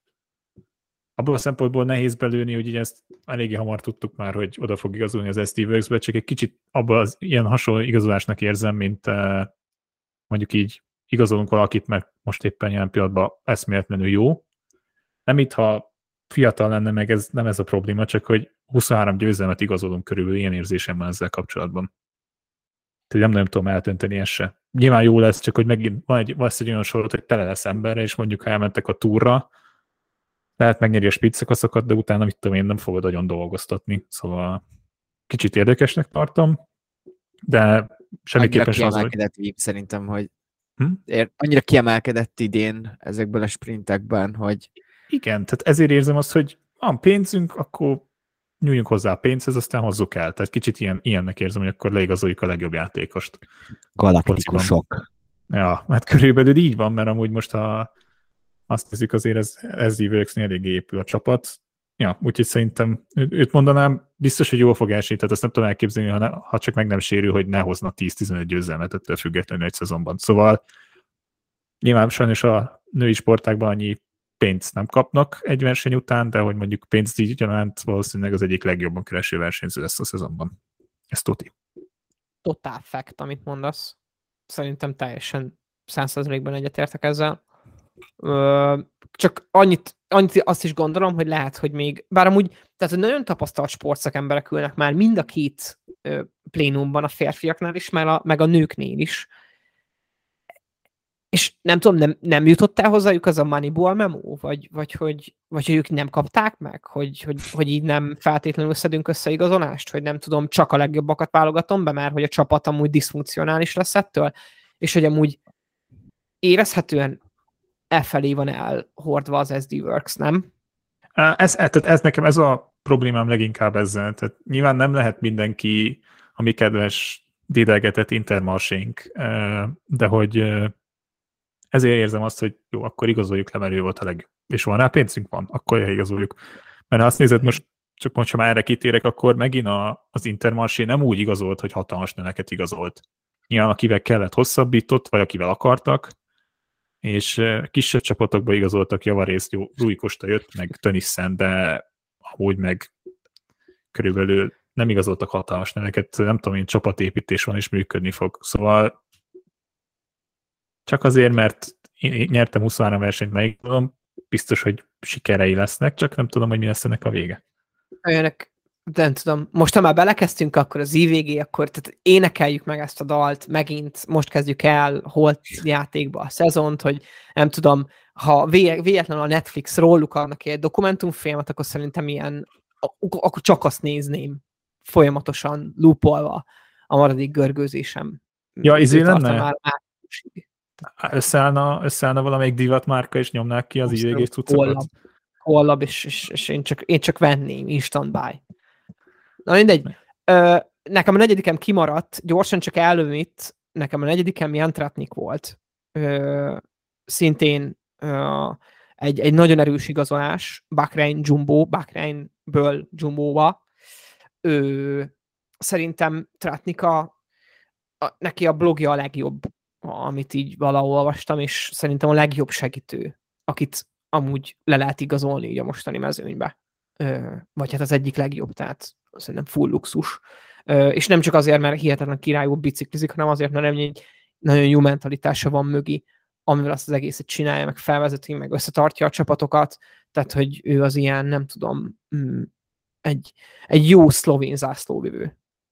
[SPEAKER 6] Abból a szempontból nehéz belőni, hogy így ezt eléggé hamar tudtuk már, hogy oda fog igazolni az es té Works-be, csak egy kicsit abban az ilyen hasonló igazolásnak érzem, mint uh, mondjuk így igazolunk valakit, mert most éppen jelen pillanatban eszméletlenül jó. Nem itt, ha fiatal lenne, meg ez nem ez a probléma, csak hogy huszonhárom győzelmet igazolunk körülbelül, ilyen érzésem van ezzel kapcsolatban. Tehát nem, nem tudom eltönteni ezt se. Nyilván jó lesz, csak hogy megint van egy, van egy olyan sorot, hogy tele lesz emberre, és mondjuk ha elmentek a túrra, lehet megnyeri a spitszakaszokat, de utána mit tudom én, nem fogod nagyon dolgoztatni. Szóval kicsit érdekesnek tartom, de semmiképpen sem az, hogy...
[SPEAKER 5] Víg, szerintem, hogy
[SPEAKER 6] hm?
[SPEAKER 5] ér, annyira kiemelkedett idén ezekből a sprintekben, hogy...
[SPEAKER 6] Igen, tehát ezért érzem azt, hogy van pénzünk, akkor nyújjunk hozzá a pénzhez, aztán hozzuk el. Tehát kicsit ilyen, ilyennek érzem, hogy akkor leigazoljuk a legjobb játékost.
[SPEAKER 5] Galaktikusok.
[SPEAKER 6] Ja, hát körülbelül így van, mert amúgy most ha azt nézzük, azért ez es té Works-nél eléggé épül a csapat. Ja, úgyhogy szerintem őt mondanám, biztos, hogy jól fog esni, tehát azt nem tudom elképzelni, ha, ne, ha csak meg nem sérül, hogy ne hozna tíz-tizenöt győzelmet ettől függetlenül egy szezonban. Szóval nyilván sajnos a női sportákban annyi pénzt nem kapnak egy verseny után, de hogy mondjuk pénzdíj gyanánt valószínűleg az egyik legjobban kereső versenyző lesz a szezonban. Ez tuti.
[SPEAKER 7] Totál fact, amit mondasz. Szerintem teljesen száz százalékban egyetértek ezzel. Ö, csak annyit, annyit azt is gondolom, hogy lehet, hogy még, bár amúgy, tehát hogy nagyon tapasztalt sportszakemberek ülnek már mind a két ö, plénumban, a férfiaknál is, meg a, meg a nőknél is. És nem tudom, nem, nem jutott el hozzájuk az a Moneyball memo? Vagy, vagy, hogy, vagy hogy ők nem kapták meg? Hogy, hogy, hogy így nem feltétlenül szedünk össze igazolást? Hogy nem tudom, csak a legjobbakat válogatom be, mert hogy a csapat amúgy diszfunkcionális lesz ettől? És hogy amúgy érezhetően e felé van elhordva az es té Works, nem?
[SPEAKER 6] Ez, ez, ez nekem ez a problémám leginkább ezzel. Tehát nyilván nem lehet mindenki a mi kedves dédelgetett Intermarchénk, de hogy ezért érzem azt, hogy jó, akkor igazoljuk le, mert ő volt a legjobb. És van rá pénzünk? Van, akkor igazoljuk. Mert ha azt nézed, most csak most, ha már erre kitérek, akkor megint a, az Intermarché nem úgy igazolt, hogy hatalmas neveket igazolt. Nyilván akivel kellett hosszabbított, vagy akivel akartak, és kisebb csapatokba igazoltak, javarészt jó, Rui Costa jött, meg Tönnissen, de amúgy meg körülbelül nem igazoltak hatalmas neveket, nem tudom én, csapatépítés van, és működni fog. Szóval csak azért, mert én nyertem huszonhárom versenyt, megigazolom, biztos, hogy sikerei lesznek, csak nem tudom, hogy mi lesz ennek a vége.
[SPEAKER 7] Olyanek, nem tudom, most ha már belekezdtünk, akkor az i vé gé, akkor tehát énekeljük meg ezt a dalt, megint most kezdjük el holt játékba a szezont, hogy nem tudom, ha véletlenül a Netflix róluk adnak egy dokumentumfilmet, akkor szerintem ilyen, akkor csak azt nézném folyamatosan loopolva a maradék görgőzésem.
[SPEAKER 6] Ja, izé lenne? Összeállna, összeállna valamelyik divatmárka, és nyomnák ki az i vé gé cuccokat?
[SPEAKER 7] Hollab, és, és, és én, csak, én csak venném, instant buy. Na mindegy. Ö, nekem a negyedikem kimaradt, gyorsan csak előm itt, nekem a negyedikem Jan Tratnik volt. Ö, szintén ö, egy, egy nagyon erős igazolás, Bahrein Jumbo, Bahreinből Jumbo-ba. Ö, szerintem Tratnika, a, neki a blogja a legjobb, amit így valahol olvastam, és szerintem a legjobb segítő, akit amúgy le lehet igazolni így a mostani mezőnybe. Ö, vagy hát az egyik legjobb, tehát szerintem full luxus. Ö, és nem csak azért, mert hihetetlen királyú biciklizik, hanem azért, mert egy nagyon jó mentalitása van mögé, amivel azt az egészet csinálja, meg felvezeti, meg összetartja a csapatokat, tehát, hogy ő az ilyen, nem tudom, egy, egy jó szlovén zászlóvivő.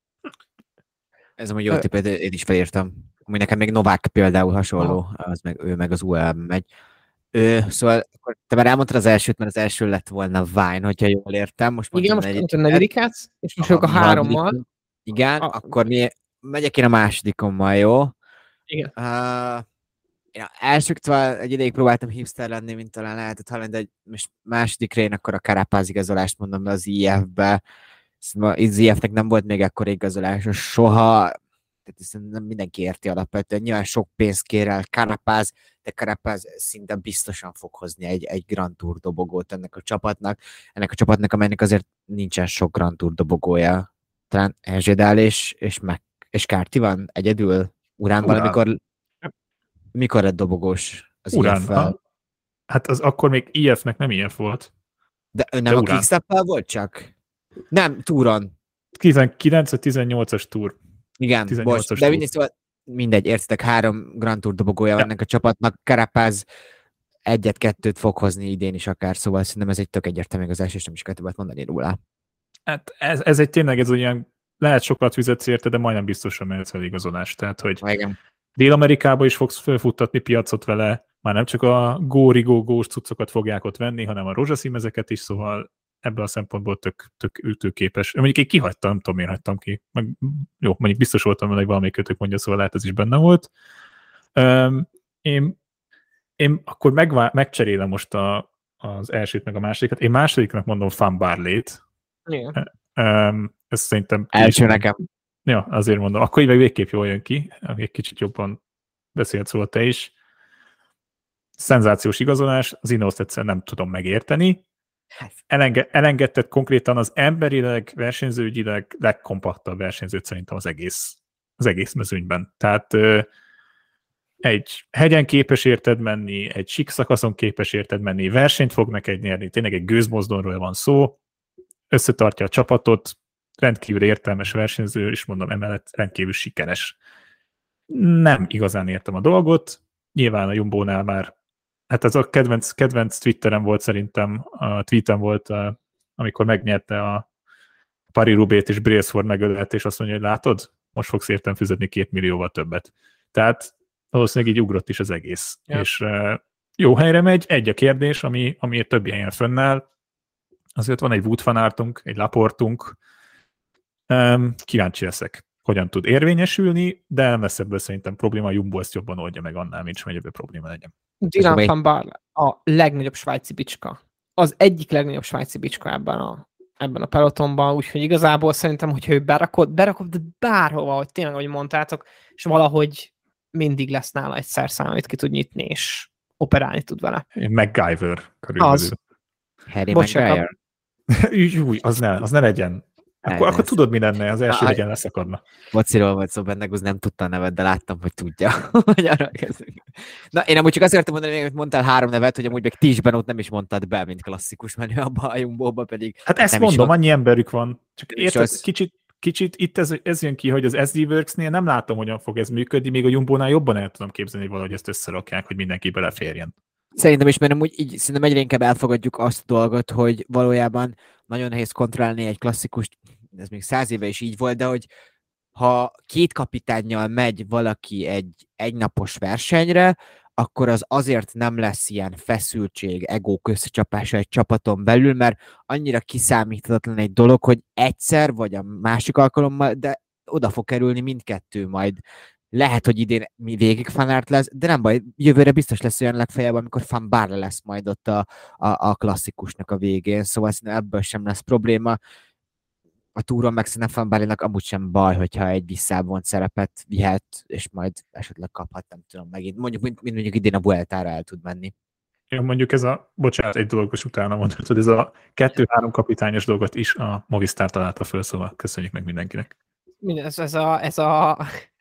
[SPEAKER 5] Ez amúgy jó tippet, én is felírtam. Amúgy nekem még Novák például hasonló, az meg, ő meg az u el megy. Ő, szóval akkor te már elmondtad az elsőt, mert az első lett volna Vine, hogyha jól értem. Most
[SPEAKER 7] igen, most mondtad a negyediket, és most a, a hárommal.
[SPEAKER 5] Igen, a, akkor mi, megyek én a másodikommal, jó?
[SPEAKER 7] Igen.
[SPEAKER 5] Uh, én a elsők, szóval egy ideig próbáltam hipster lenni, mint talán lehetett hallani, de most másodikra én akkor a Carapaz igazolást mondom le az i ef-be. Szóval az zé ef-nek nem volt még ekkor igazolása soha, tehát szerintem mindenki érti alapvetően. Nyilván sok pénzt kér el Carapaz, de Carapaz szinte biztosan fog hozni egy, egy Grand Tour dobogót ennek a csapatnak. Ennek a csapatnak, amelynek azért nincsen sok Grand Tour dobogója. Talán Hezsédál és, és, meg, és Kárti van egyedül. Urán valamikor mikor lett dobogós az
[SPEAKER 6] Urán,
[SPEAKER 5] i ef-vel?
[SPEAKER 6] Hát az akkor még i ef-nek nem i ef volt.
[SPEAKER 5] De nem de a Quickstep-vel volt csak? Nem, túron.
[SPEAKER 6] tizenkilenc vagy tizennyolcas túr.
[SPEAKER 5] Igen, bocs, de mindegy, szóval mindegy, értitek, három Grand Tour dobogója van ja. ennek a csapatnak, Carapaz egyet-kettőt fog hozni idén is akár, szóval szerintem ez egy tök egyértelmű igazás, és nem is kell többet mondani róla.
[SPEAKER 6] Hát ez, ez egy tényleg, ez olyan, lehet sokat fizetsz érte, de majdnem biztosan mehetsz el igazolás. Tehát, hogy
[SPEAKER 5] igen.
[SPEAKER 6] Dél-Amerikába is fogsz felfuttatni piacot vele, már nem csak a górigó-gós cuccokat fogják ott venni, hanem a rózsaszínezeket is, szóval ebből a szempontból tök, tök ütőképes. Mondjuk én kihagytam, nem tudom, miért hagytam ki. Meg, jó, mondjuk biztos voltam, hogy valamelyik kötők mondja, szóval lehet ez is benne volt. Um, én, én akkor megvá- megcserélem most a, az elsőt meg a másodikat. Én másodiknak mondom Fan Barley-t.
[SPEAKER 7] Igen.
[SPEAKER 6] Um, ez szerintem...
[SPEAKER 5] Első nekem.
[SPEAKER 6] Ja, azért mondom. Akkor így végképp jól jön ki. Egy kicsit jobban beszélt szóval te is. Szenzációs igazolás. Az Ineos egyszerűen nem tudom megérteni. Elenge, elengedted konkrétan az emberileg, versenyzőügyileg legkompaktabb versenyzőt szerintem az egész, az egész mezőnyben. Tehát ö, egy hegyen képes érted menni, egy sík szakaszon képes érted menni, versenyt fog neked nyerni, tényleg egy gőzmozdonról van szó, összetartja a csapatot, rendkívül értelmes versenyző, és mondom, emellett rendkívül sikeres. Nem igazán értem a dolgot, nyilván a Jumbónál már hát ez a kedvenc, kedvenc Twitteren volt szerintem, a tweetem volt, amikor megnyerte a Paris-Roubaix-t és Brailsford megölelt, és azt mondja, hogy látod, most fogsz értem fizetni két millióval többet. Tehát valószínűleg így ugrott is az egész. Ja. És jó helyre megy, egy a kérdés, ami, ami többi helyen fönnáll, azért van egy Wout van Aertunk, egy Laportunk, kíváncsi leszek, hogyan tud érvényesülni, de nem lesz ebből szerintem probléma, a Jumbo ezt jobban oldja meg annál, mint sem, hogy ebből probléma legyen.
[SPEAKER 7] Dylan van Baarle a legnagyobb svájci bicska. Az egyik legnagyobb svájci bicska ebben a, ebben a pelotonban, úgyhogy igazából szerintem, hogyha ő berakod, berakod de bárhova, hogy tényleg, ahogy mondtátok, és valahogy mindig lesz nála egy szerszám, amit ki tud nyitni, és operálni tud vele.
[SPEAKER 6] MacGyver körülbelül.
[SPEAKER 5] Az. Harry Maguire.
[SPEAKER 6] Új, az ne, az ne legyen. Akkor, akkor tudod, mi lenne, az első legyen leszakadna.
[SPEAKER 5] Bociról volt szó, Bennegúz nem tudta a nevet, de láttam, hogy tudja. Hogy arra kezdünk. Na, én amúgy csak azt akartam mondani, hogy mondtál három nevet, hogy amúgy meg ti is Benót nem is mondtad be, mint klasszikus menő abba a Jumbóba, pedig...
[SPEAKER 6] Hát ezt mondom, annyi emberük van. Csak érted,
[SPEAKER 5] az...
[SPEAKER 6] kicsit, kicsit itt ez, ez jön ki, hogy az es dé Works-nél nem látom, hogyan fog ez működni, még a Jumbónál jobban el tudom képzelni, hogy valahogy ezt összerakják, hogy mindenki beleférjen.
[SPEAKER 5] Szerintem is, mert amúgy így szerintem egyre inkább elfogadjuk azt a dolgot, hogy valójában nagyon nehéz kontrollálni egy klasszikust, ez még száz éve is így volt, de hogy ha két kapitánnyal megy valaki egy egynapos versenyre, akkor az azért nem lesz ilyen feszültség, egók összecsapása egy csapaton belül, mert annyira kiszámíthatatlan egy dolog, hogy egyszer vagy a másik alkalommal, de oda fog kerülni mindkettő majd. Lehet, hogy idén mi végig Van Aert lesz, de nem baj, jövőre biztos lesz olyan legfeljebb, amikor Van Baarle lesz majd ott a, a, a klasszikusnak a végén, szóval ebből sem lesz probléma. A túron meg szerintem Van Baarle-nak amúgy sem baj, hogyha egy visszavont szerepet vihet, és majd esetleg kaphat, nem tudom megint. Mondjuk, mint, mint mondjuk idén a Vueltára el tud menni.
[SPEAKER 6] Én mondjuk ez a, bocsánat, egy dologos utána mondtad, hogy ez a kettő-három kapitányos dolgot is a Movistar találta föl, szóval köszönjük meg mindenkinek.
[SPEAKER 7] Ez, ez a... Ez a...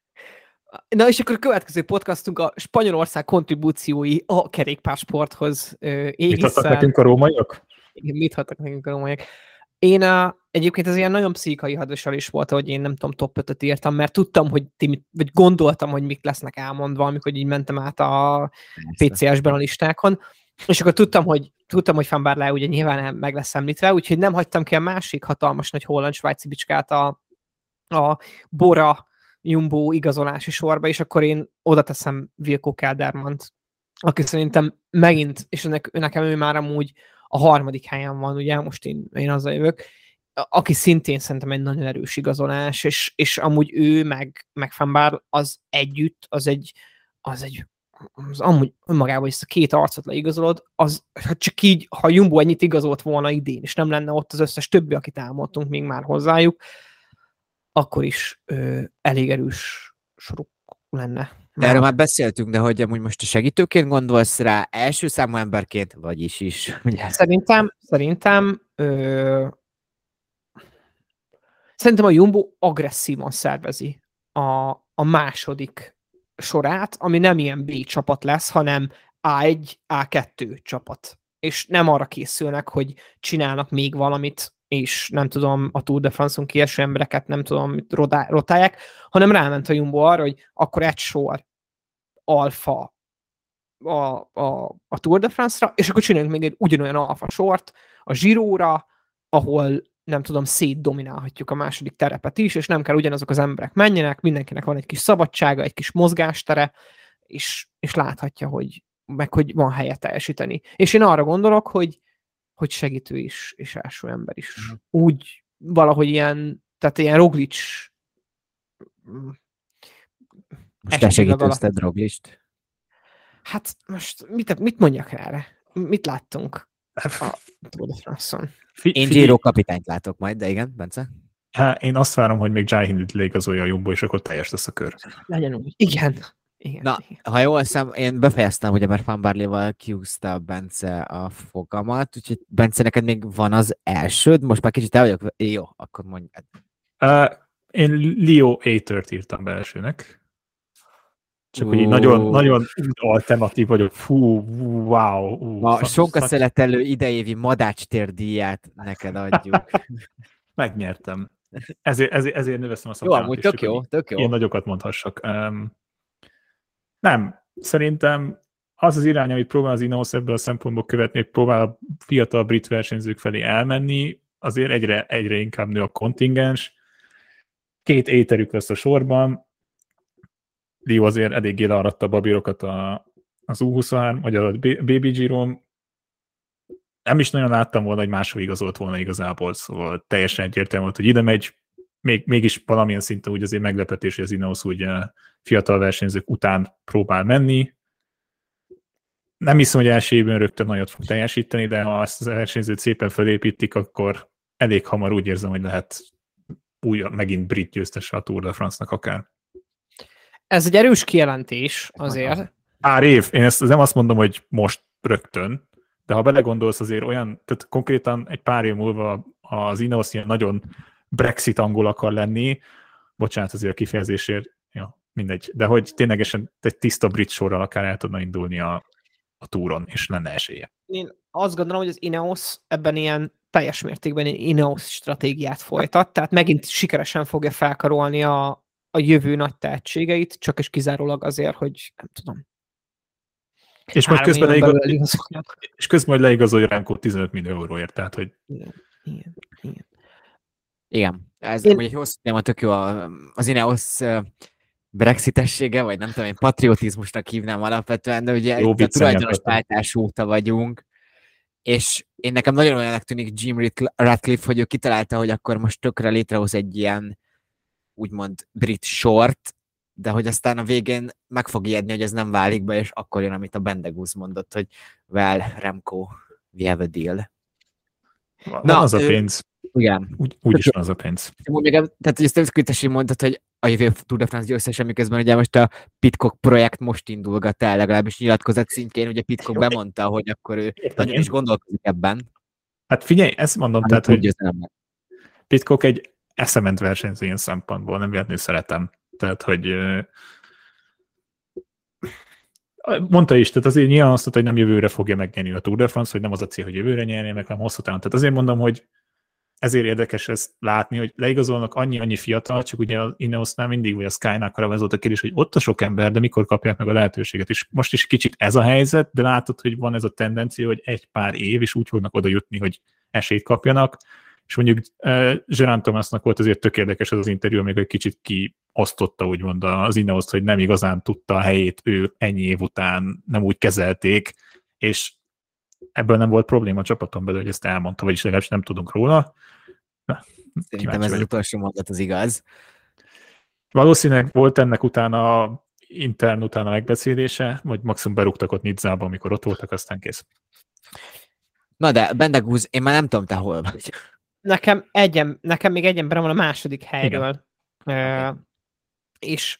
[SPEAKER 7] Na és akkor a következő podcastunk a Spanyolország kontribúciói a kerékpársporthoz égiszel.
[SPEAKER 6] Mit adtak nekünk a rómaiak?
[SPEAKER 7] Igen, mit adtak nekünk a rómaiak? Én a, egyébként ez ilyen nagyon pszichai hadosal is volt, hogy én nem tudom, top ötöt írtam, mert tudtam, hogy ti, vagy gondoltam, hogy mik lesznek elmondva, amikor így mentem át a pé cé es-ben a listákon, és akkor tudtam, hogy tudtam, hogy Van Baarle ugye nyilván meg lesz említve, úgyhogy nem hagytam ki a másik hatalmas nagy holland-svájci bicskát a, a Bora Jumbo igazolási sorba, és akkor én oda teszem Wilco Keldermant, aki szerintem megint, és nekem ő már amúgy a harmadik helyen van, ugye, most én, én azzal jövök, aki szintén szerintem egy nagyon erős igazolás, és, és amúgy ő meg, meg Van Baarle az együtt, az egy, az egy az amúgy önmagában ezt a két arcot leigazolod, az ha csak így, ha Jumbo ennyit igazolt volna idén, és nem lenne ott az összes többi, akit álmodtunk még már hozzájuk, akkor is ö, elég erős soruk lenne.
[SPEAKER 5] De erről már beszéltünk, de hogy amúgy most a segítőként gondolsz rá, első számú emberként, vagyis is. Ugye?
[SPEAKER 7] Szerintem, szerintem ö, szerintem a Jumbo agresszívan szervezi a, a második sorát, ami nem ilyen B csapat lesz, hanem á egy, á kettő csapat. És nem arra készülnek, hogy csinálnak még valamit, és nem tudom, a Tour de France-on kieső embereket nem tudom, rotálják, hanem ráment a Jumbo arra, hogy akkor egy sor alfa a, a, a Tour de France-ra, és akkor csinálunk még egy ugyanolyan alfa sort a Giro-ra, ahol nem tudom, szétdominálhatjuk a második terepet is, és nem kell ugyanazok az emberek menjenek, mindenkinek van egy kis szabadsága, egy kis mozgástere, és, és láthatja, hogy meg hogy van helye teljesíteni. És én arra gondolok, hogy, hogy segítő is, és első ember is. Mm. Úgy valahogy ilyen, tehát ilyen Roglic
[SPEAKER 5] most te segítőzted Roglist?
[SPEAKER 7] Hát most mit, mit mondjak erre? Mit láttunk a Tour de France-on?
[SPEAKER 5] Én Giro kapitányt látok majd, de igen, Bence?
[SPEAKER 6] Hát én azt várom, hogy még Jai Hindley leigazolja a Jumbo, és akkor teljes lesz a kör.
[SPEAKER 7] Legyen úgy. Igen. Igen.
[SPEAKER 5] Na, igen. Ha jól szem, én befejeztem, ugye, mert Van Barley-val kiúzta Bence a fogamat, úgyhogy Bence, neked még van az elsőd, most már kicsit el vagyok, jó, akkor mondjad.
[SPEAKER 6] Uh, én Leo Aytert írtam be elsőnek. Csak hogy így nagyon, nagyon alternatív vagyok. Fú, wow. Ú,
[SPEAKER 5] a sonka szeletelő idejévi madácstérdíját neked adjuk.
[SPEAKER 6] Megnyertem. Ezért, ezért, ezért növeszem a
[SPEAKER 5] szakmámat. Jó, amúgy tök jó, tök jó.
[SPEAKER 6] Ilyen nagyokat mondhassak. Um, nem, szerintem az az irány, amit próbál az Ineos ebből a szempontból követni, hogy próbál a fiatal brit versenyzők felé elmenni, azért egyre, egyre inkább nő a kontingens. Két éterük lesz a sorban. Leo azért eléggé learatta a babírokat a, az U huszonhárom, vagy a Baby Giron. Nem is nagyon láttam volna, hogy máshol igazolt volna igazából, szóval teljesen egyértelmű volt, hogy ide megy, még, mégis valamilyen szinten úgy azért meglepetés, hogy az Ineos úgy fiatal versenyzők után próbál menni. Nem hiszem, hogy első évben rögtön nagyot fog teljesíteni, de ha ezt az versenyzőt szépen felépítik, akkor elég hamar úgy érzem, hogy lehet újra megint brit győztese a Tour de France-nak akár.
[SPEAKER 7] Ez egy erős kijelentés azért.
[SPEAKER 6] Pár év. Én ezt nem azt mondom, hogy most rögtön, de ha belegondolsz azért olyan, tehát konkrétan egy pár év múlva az Ineos ilyen nagyon Brexit angol akar lenni, bocsánat azért a kifejezésért, ja, mindegy, de hogy ténylegesen egy tiszta brit sorral akár el tudna indulni a, a túron, és lenne esélye.
[SPEAKER 7] Én azt gondolom, hogy az Ineos ebben ilyen teljes mértékben Ineos stratégiát folytat, tehát megint sikeresen fogja felkarolni a, a jövő nagy tehetségeit, csak és kizárólag azért, hogy nem tudom.
[SPEAKER 6] És most közben, leigazol, és közben majd leigazolja Remco tizenöt millió euróért, tehát hogy...
[SPEAKER 7] Igen, igen, igen.
[SPEAKER 5] Igen, ez Én... egy hosszú téma, tök jó az Ineos brexitessége, vagy nem tudom, én patriotizmusnak hívnám alapvetően, de ugye jó, a tulajdonos váltás óta vagyunk, és én nekem nagyon olyanak tűnik Jim Ratcliffe, hogy ő kitalálta, hogy akkor most tökre létrehoz egy ilyen úgymond brit sort, de hogy aztán a végén meg fog ijedni, hogy ez nem válik be, és akkor jön, amit a Bendegúz mondott, hogy well, Remco, we have a deal.
[SPEAKER 6] Van Na, az a pénz.
[SPEAKER 5] Igen.
[SPEAKER 6] Úgy, úgy is van az a pénz.
[SPEAKER 5] Tehát, hogy ezt tökéletesen mondtad, hogy a jövő Tour de France győztese, miközben ugye most a Pidcock projekt most indulgat el, legalábbis nyilatkozat szintjén, ugye Pidcock bemondta, hogy akkor ő
[SPEAKER 6] Értem
[SPEAKER 5] nagyon is gondolkozik ebben.
[SPEAKER 6] Hát figyelj, ezt mondom, hát tehát, hogy Pidcock egy eszement versenyző ilyen szempontból, nem véletlenül szeretem. Tehát, hogy mondta is, tehát azért nyilván azt mondta, hogy nem jövőre fogja megnyerni a Tour de France, hogy nem az a cél, hogy jövőre nyerni, meg nem hosszú távon. Tehát azért mondom, hogy ezért érdekes ezt látni, hogy leigazolnak annyi-annyi fiatal, csak ugye az Ineosnál mindig, vagy a Sky-nál ez volt a kérdés, hogy ott a sok ember, de mikor kapják meg a lehetőséget. És most is kicsit ez a helyzet, de látod, hogy van ez a tendencia, hogy egy pár év, és úgy fognak oda jutni, hogy esélyt kapjanak. És mondjuk uh, Geraint Thomasnak volt azért tök érdekes az az interjú, amikor egy kicsit kiosztotta úgymond az Ineoszt, hogy nem igazán tudta a helyét, ő ennyi év után nem úgy kezelték, és ebből nem volt probléma a csapaton belül, hogy ezt elmondta, vagyis legalábbis nem tudunk róla. Na,
[SPEAKER 5] Szerintem ez vagyok. Az utolsó mondat az igaz.
[SPEAKER 6] Valószínűleg volt ennek utána intern utána megbeszélése, vagy maximum berúgtak ott Nizzába, amikor ott voltak, aztán kész.
[SPEAKER 5] Na de, Bendegúz, én már nem tudom, te hol vagy.
[SPEAKER 7] Nekem, egyen, nekem még egy ember van a második helyről.
[SPEAKER 5] Igen.
[SPEAKER 7] Uh, és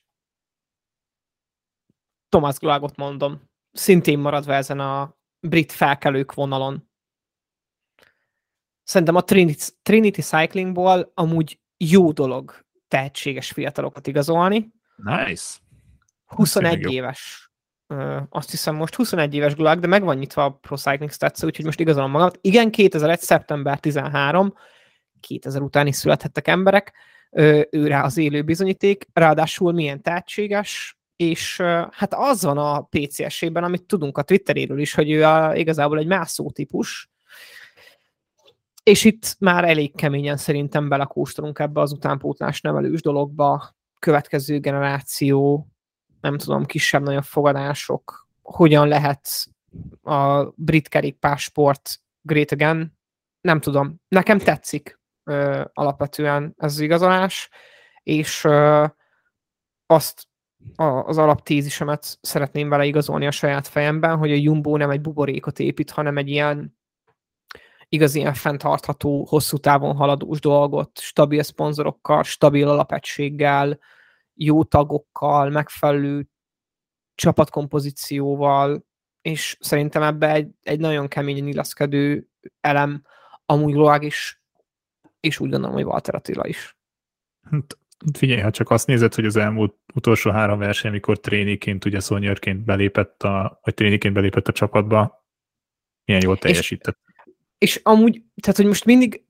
[SPEAKER 7] Thomas Glagot mondom. Szintén maradva ezen a brit felkelők vonalon. Szerintem a Trinity, Trinity Cyclingból amúgy jó dolog tehetséges fiatalokat igazolni.
[SPEAKER 6] Nice.
[SPEAKER 7] huszonegy éves. Uh, azt hiszem most huszonegy éves Glag, de meg van nyitva a Pro Cycling Stats, úgyhogy most igazolom magamat. Igen, kétezer-egy. szeptember tizenharmadika, kétezer után is születhettek emberek, uh, ő rá az élő bizonyíték, ráadásul milyen tehetséges, és uh, hát az van a pé cé es-ében, amit tudunk a Twitteréről is, hogy ő a, igazából egy mászó típus, és itt már elég keményen szerintem belekóstolunk ebbe az utánpótlás nevelős dologba, következő generáció, nem tudom, kisebb-nagyobb fogadások, hogyan lehet a brit kerékpársport great again, nem tudom. Nekem tetszik ö, alapvetően ez az igazolás, és ö, azt a, az alaptézisemet szeretném vele igazolni a saját fejemben, hogy a Jumbo nem egy buborékot épít, hanem egy ilyen igazi ilyen fenntartható, hosszú távon haladós dolgot, stabil szponzorokkal, stabil alapegységgel, jó tagokkal, megfelelő csapatkompozícióval, és szerintem ebbe egy, egy nagyon keményen illeszkedő elem amúgy Loag is, és úgy gondolom, hogy Walter Attila is.
[SPEAKER 6] Figyelj, ha csak azt nézed, hogy az elmúlt utolsó három verseny, amikor tréniként, ugye szonyőrként belépett a, vagy tréniként belépett a csapatba, milyen jól teljesített.
[SPEAKER 7] És, és amúgy, tehát, hogy most mindig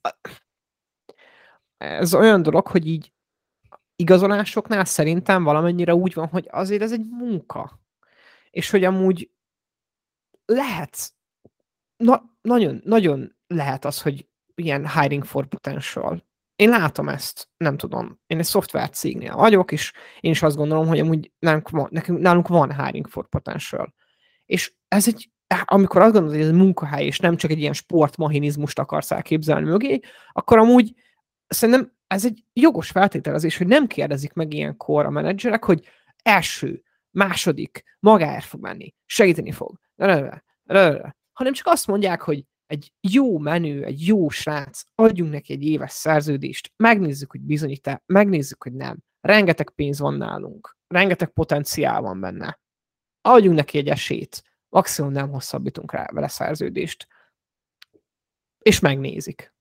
[SPEAKER 7] ez olyan dolog, hogy így igazolásoknál szerintem valamennyire úgy van, hogy azért ez egy munka. És hogy amúgy lehet, na, nagyon, nagyon lehet az, hogy ilyen hiring for potential. Én látom ezt, nem tudom. Én egy szoftvercégnél vagyok, és én is azt gondolom, hogy amúgy nálunk van, nekünk, nálunk van hiring for potential. És ez egy, amikor azt gondolod, hogy ez egy munkahely, és nem csak egy ilyen sportmachinizmust akarsz elképzelni mögé, akkor amúgy szerintem ez egy jogos feltételezés, hogy nem kérdezik meg ilyenkor a menedzserek, hogy első, második, magáért fog menni, segíteni fog, hanem csak azt mondják, hogy egy jó menő, egy jó srác, adjunk neki egy éves szerződést, megnézzük, hogy bizonyít-e, megnézzük, hogy nem. Rengeteg pénz van nálunk, rengeteg potenciál van benne. Adjunk neki egy esélyt, maximum nem hosszabbítunk rá vele szerződést. És megnézik.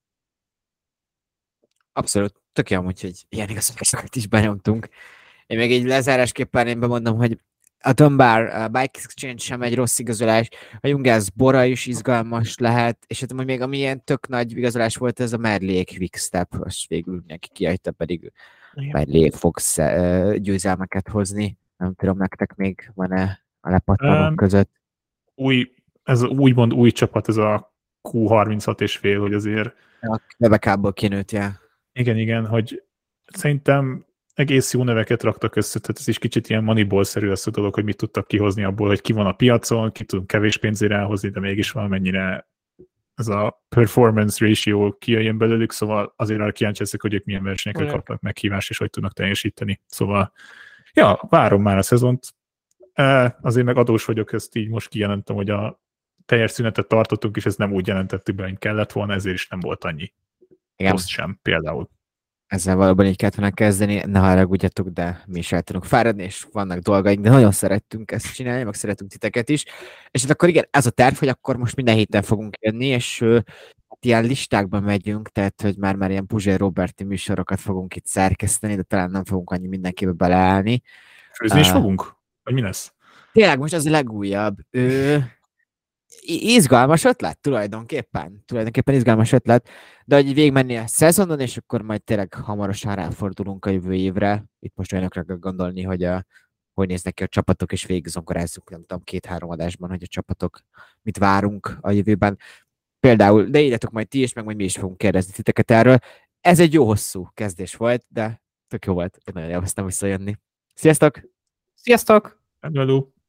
[SPEAKER 5] Abszolút, tök jó, úgyhogy ilyen igazolásokat is benyomtunk. Én még egy lezárásképpen én bemondom, hogy a Dunbar Bike Exchange sem egy rossz igazolás, a Jungels Bora is izgalmas lehet, és hát még ami ilyen tök nagy igazolás volt, ez a Merlier Quickstep, most végül mindenki kihagyta, pedig Merlier fog győzelmeket hozni. Nem tudom, nektek még van-e a lepattanók um, között?
[SPEAKER 6] Új, ez úgymond új csapat, ez a Q harminchat és fél, hogy azért...
[SPEAKER 5] A Quebekából kinőtt, ja.
[SPEAKER 6] Igen, igen, hogy szerintem egész jó neveket raktak össze, tehát ez is kicsit ilyen Moneyball-szerű ez a dolog, hogy mit tudtak kihozni abból, hogy ki van a piacon, ki tudunk kevés pénzére elhozni, de mégis valamennyire ez a performance ratio kijöjjön belőlük, szóval azért arra kíváncsi leszek, hogy ők milyen versenyekre
[SPEAKER 7] olyan
[SPEAKER 6] kapnak meghívást, és hogy tudnak teljesíteni. Szóval, ja, várom már a szezont. Azért meg adós vagyok, ezt így most kijelentem, hogy a teljes szünetet tartottunk, és ez nem úgy jelentettük be, mint kellett volna, ezért is nem volt annyi.
[SPEAKER 5] Igen.
[SPEAKER 6] Poszt sem, például.
[SPEAKER 5] Ezzel valóban így kellett volna kezdeni, ne haragudjatok, de mi is el tudunk fáradni, és vannak dolgaink, de nagyon szerettünk ezt csinálni, meg szeretünk titeket is. És hát akkor igen, ez a terv, hogy akkor most minden héten fogunk jönni, és uh, hát ilyen listákban megyünk, tehát hogy már-már ilyen Puzsér Roberti műsorokat fogunk itt szerkeszteni, de talán nem fogunk annyi mindenkibe beleállni.
[SPEAKER 6] Főzni uh, is fogunk? Vagy mi lesz?
[SPEAKER 5] Tényleg most az a legújabb. Ő... Izgalmas ötlet tulajdonképpen. Tulajdonképpen izgalmas ötlet, de hogy végigmenni a szezonon, és akkor majd tényleg hamarosan ráfordulunk a jövő évre. Itt most olyanokra kell gondolni, hogy a, hogy néznek ki a csapatok, és végig zongorázzuk, nem tudom, két-három adásban, hogy a csapatok mit várunk a jövőben. Például, de írjatok majd ti is, meg majd mi is fogunk kérdezni titeket erről. Ez egy jó hosszú kezdés volt, de tök jó volt. Én nagyon élveztem visszajönni. Sziasztok!
[SPEAKER 7] Sziasztok!
[SPEAKER 6] Hello!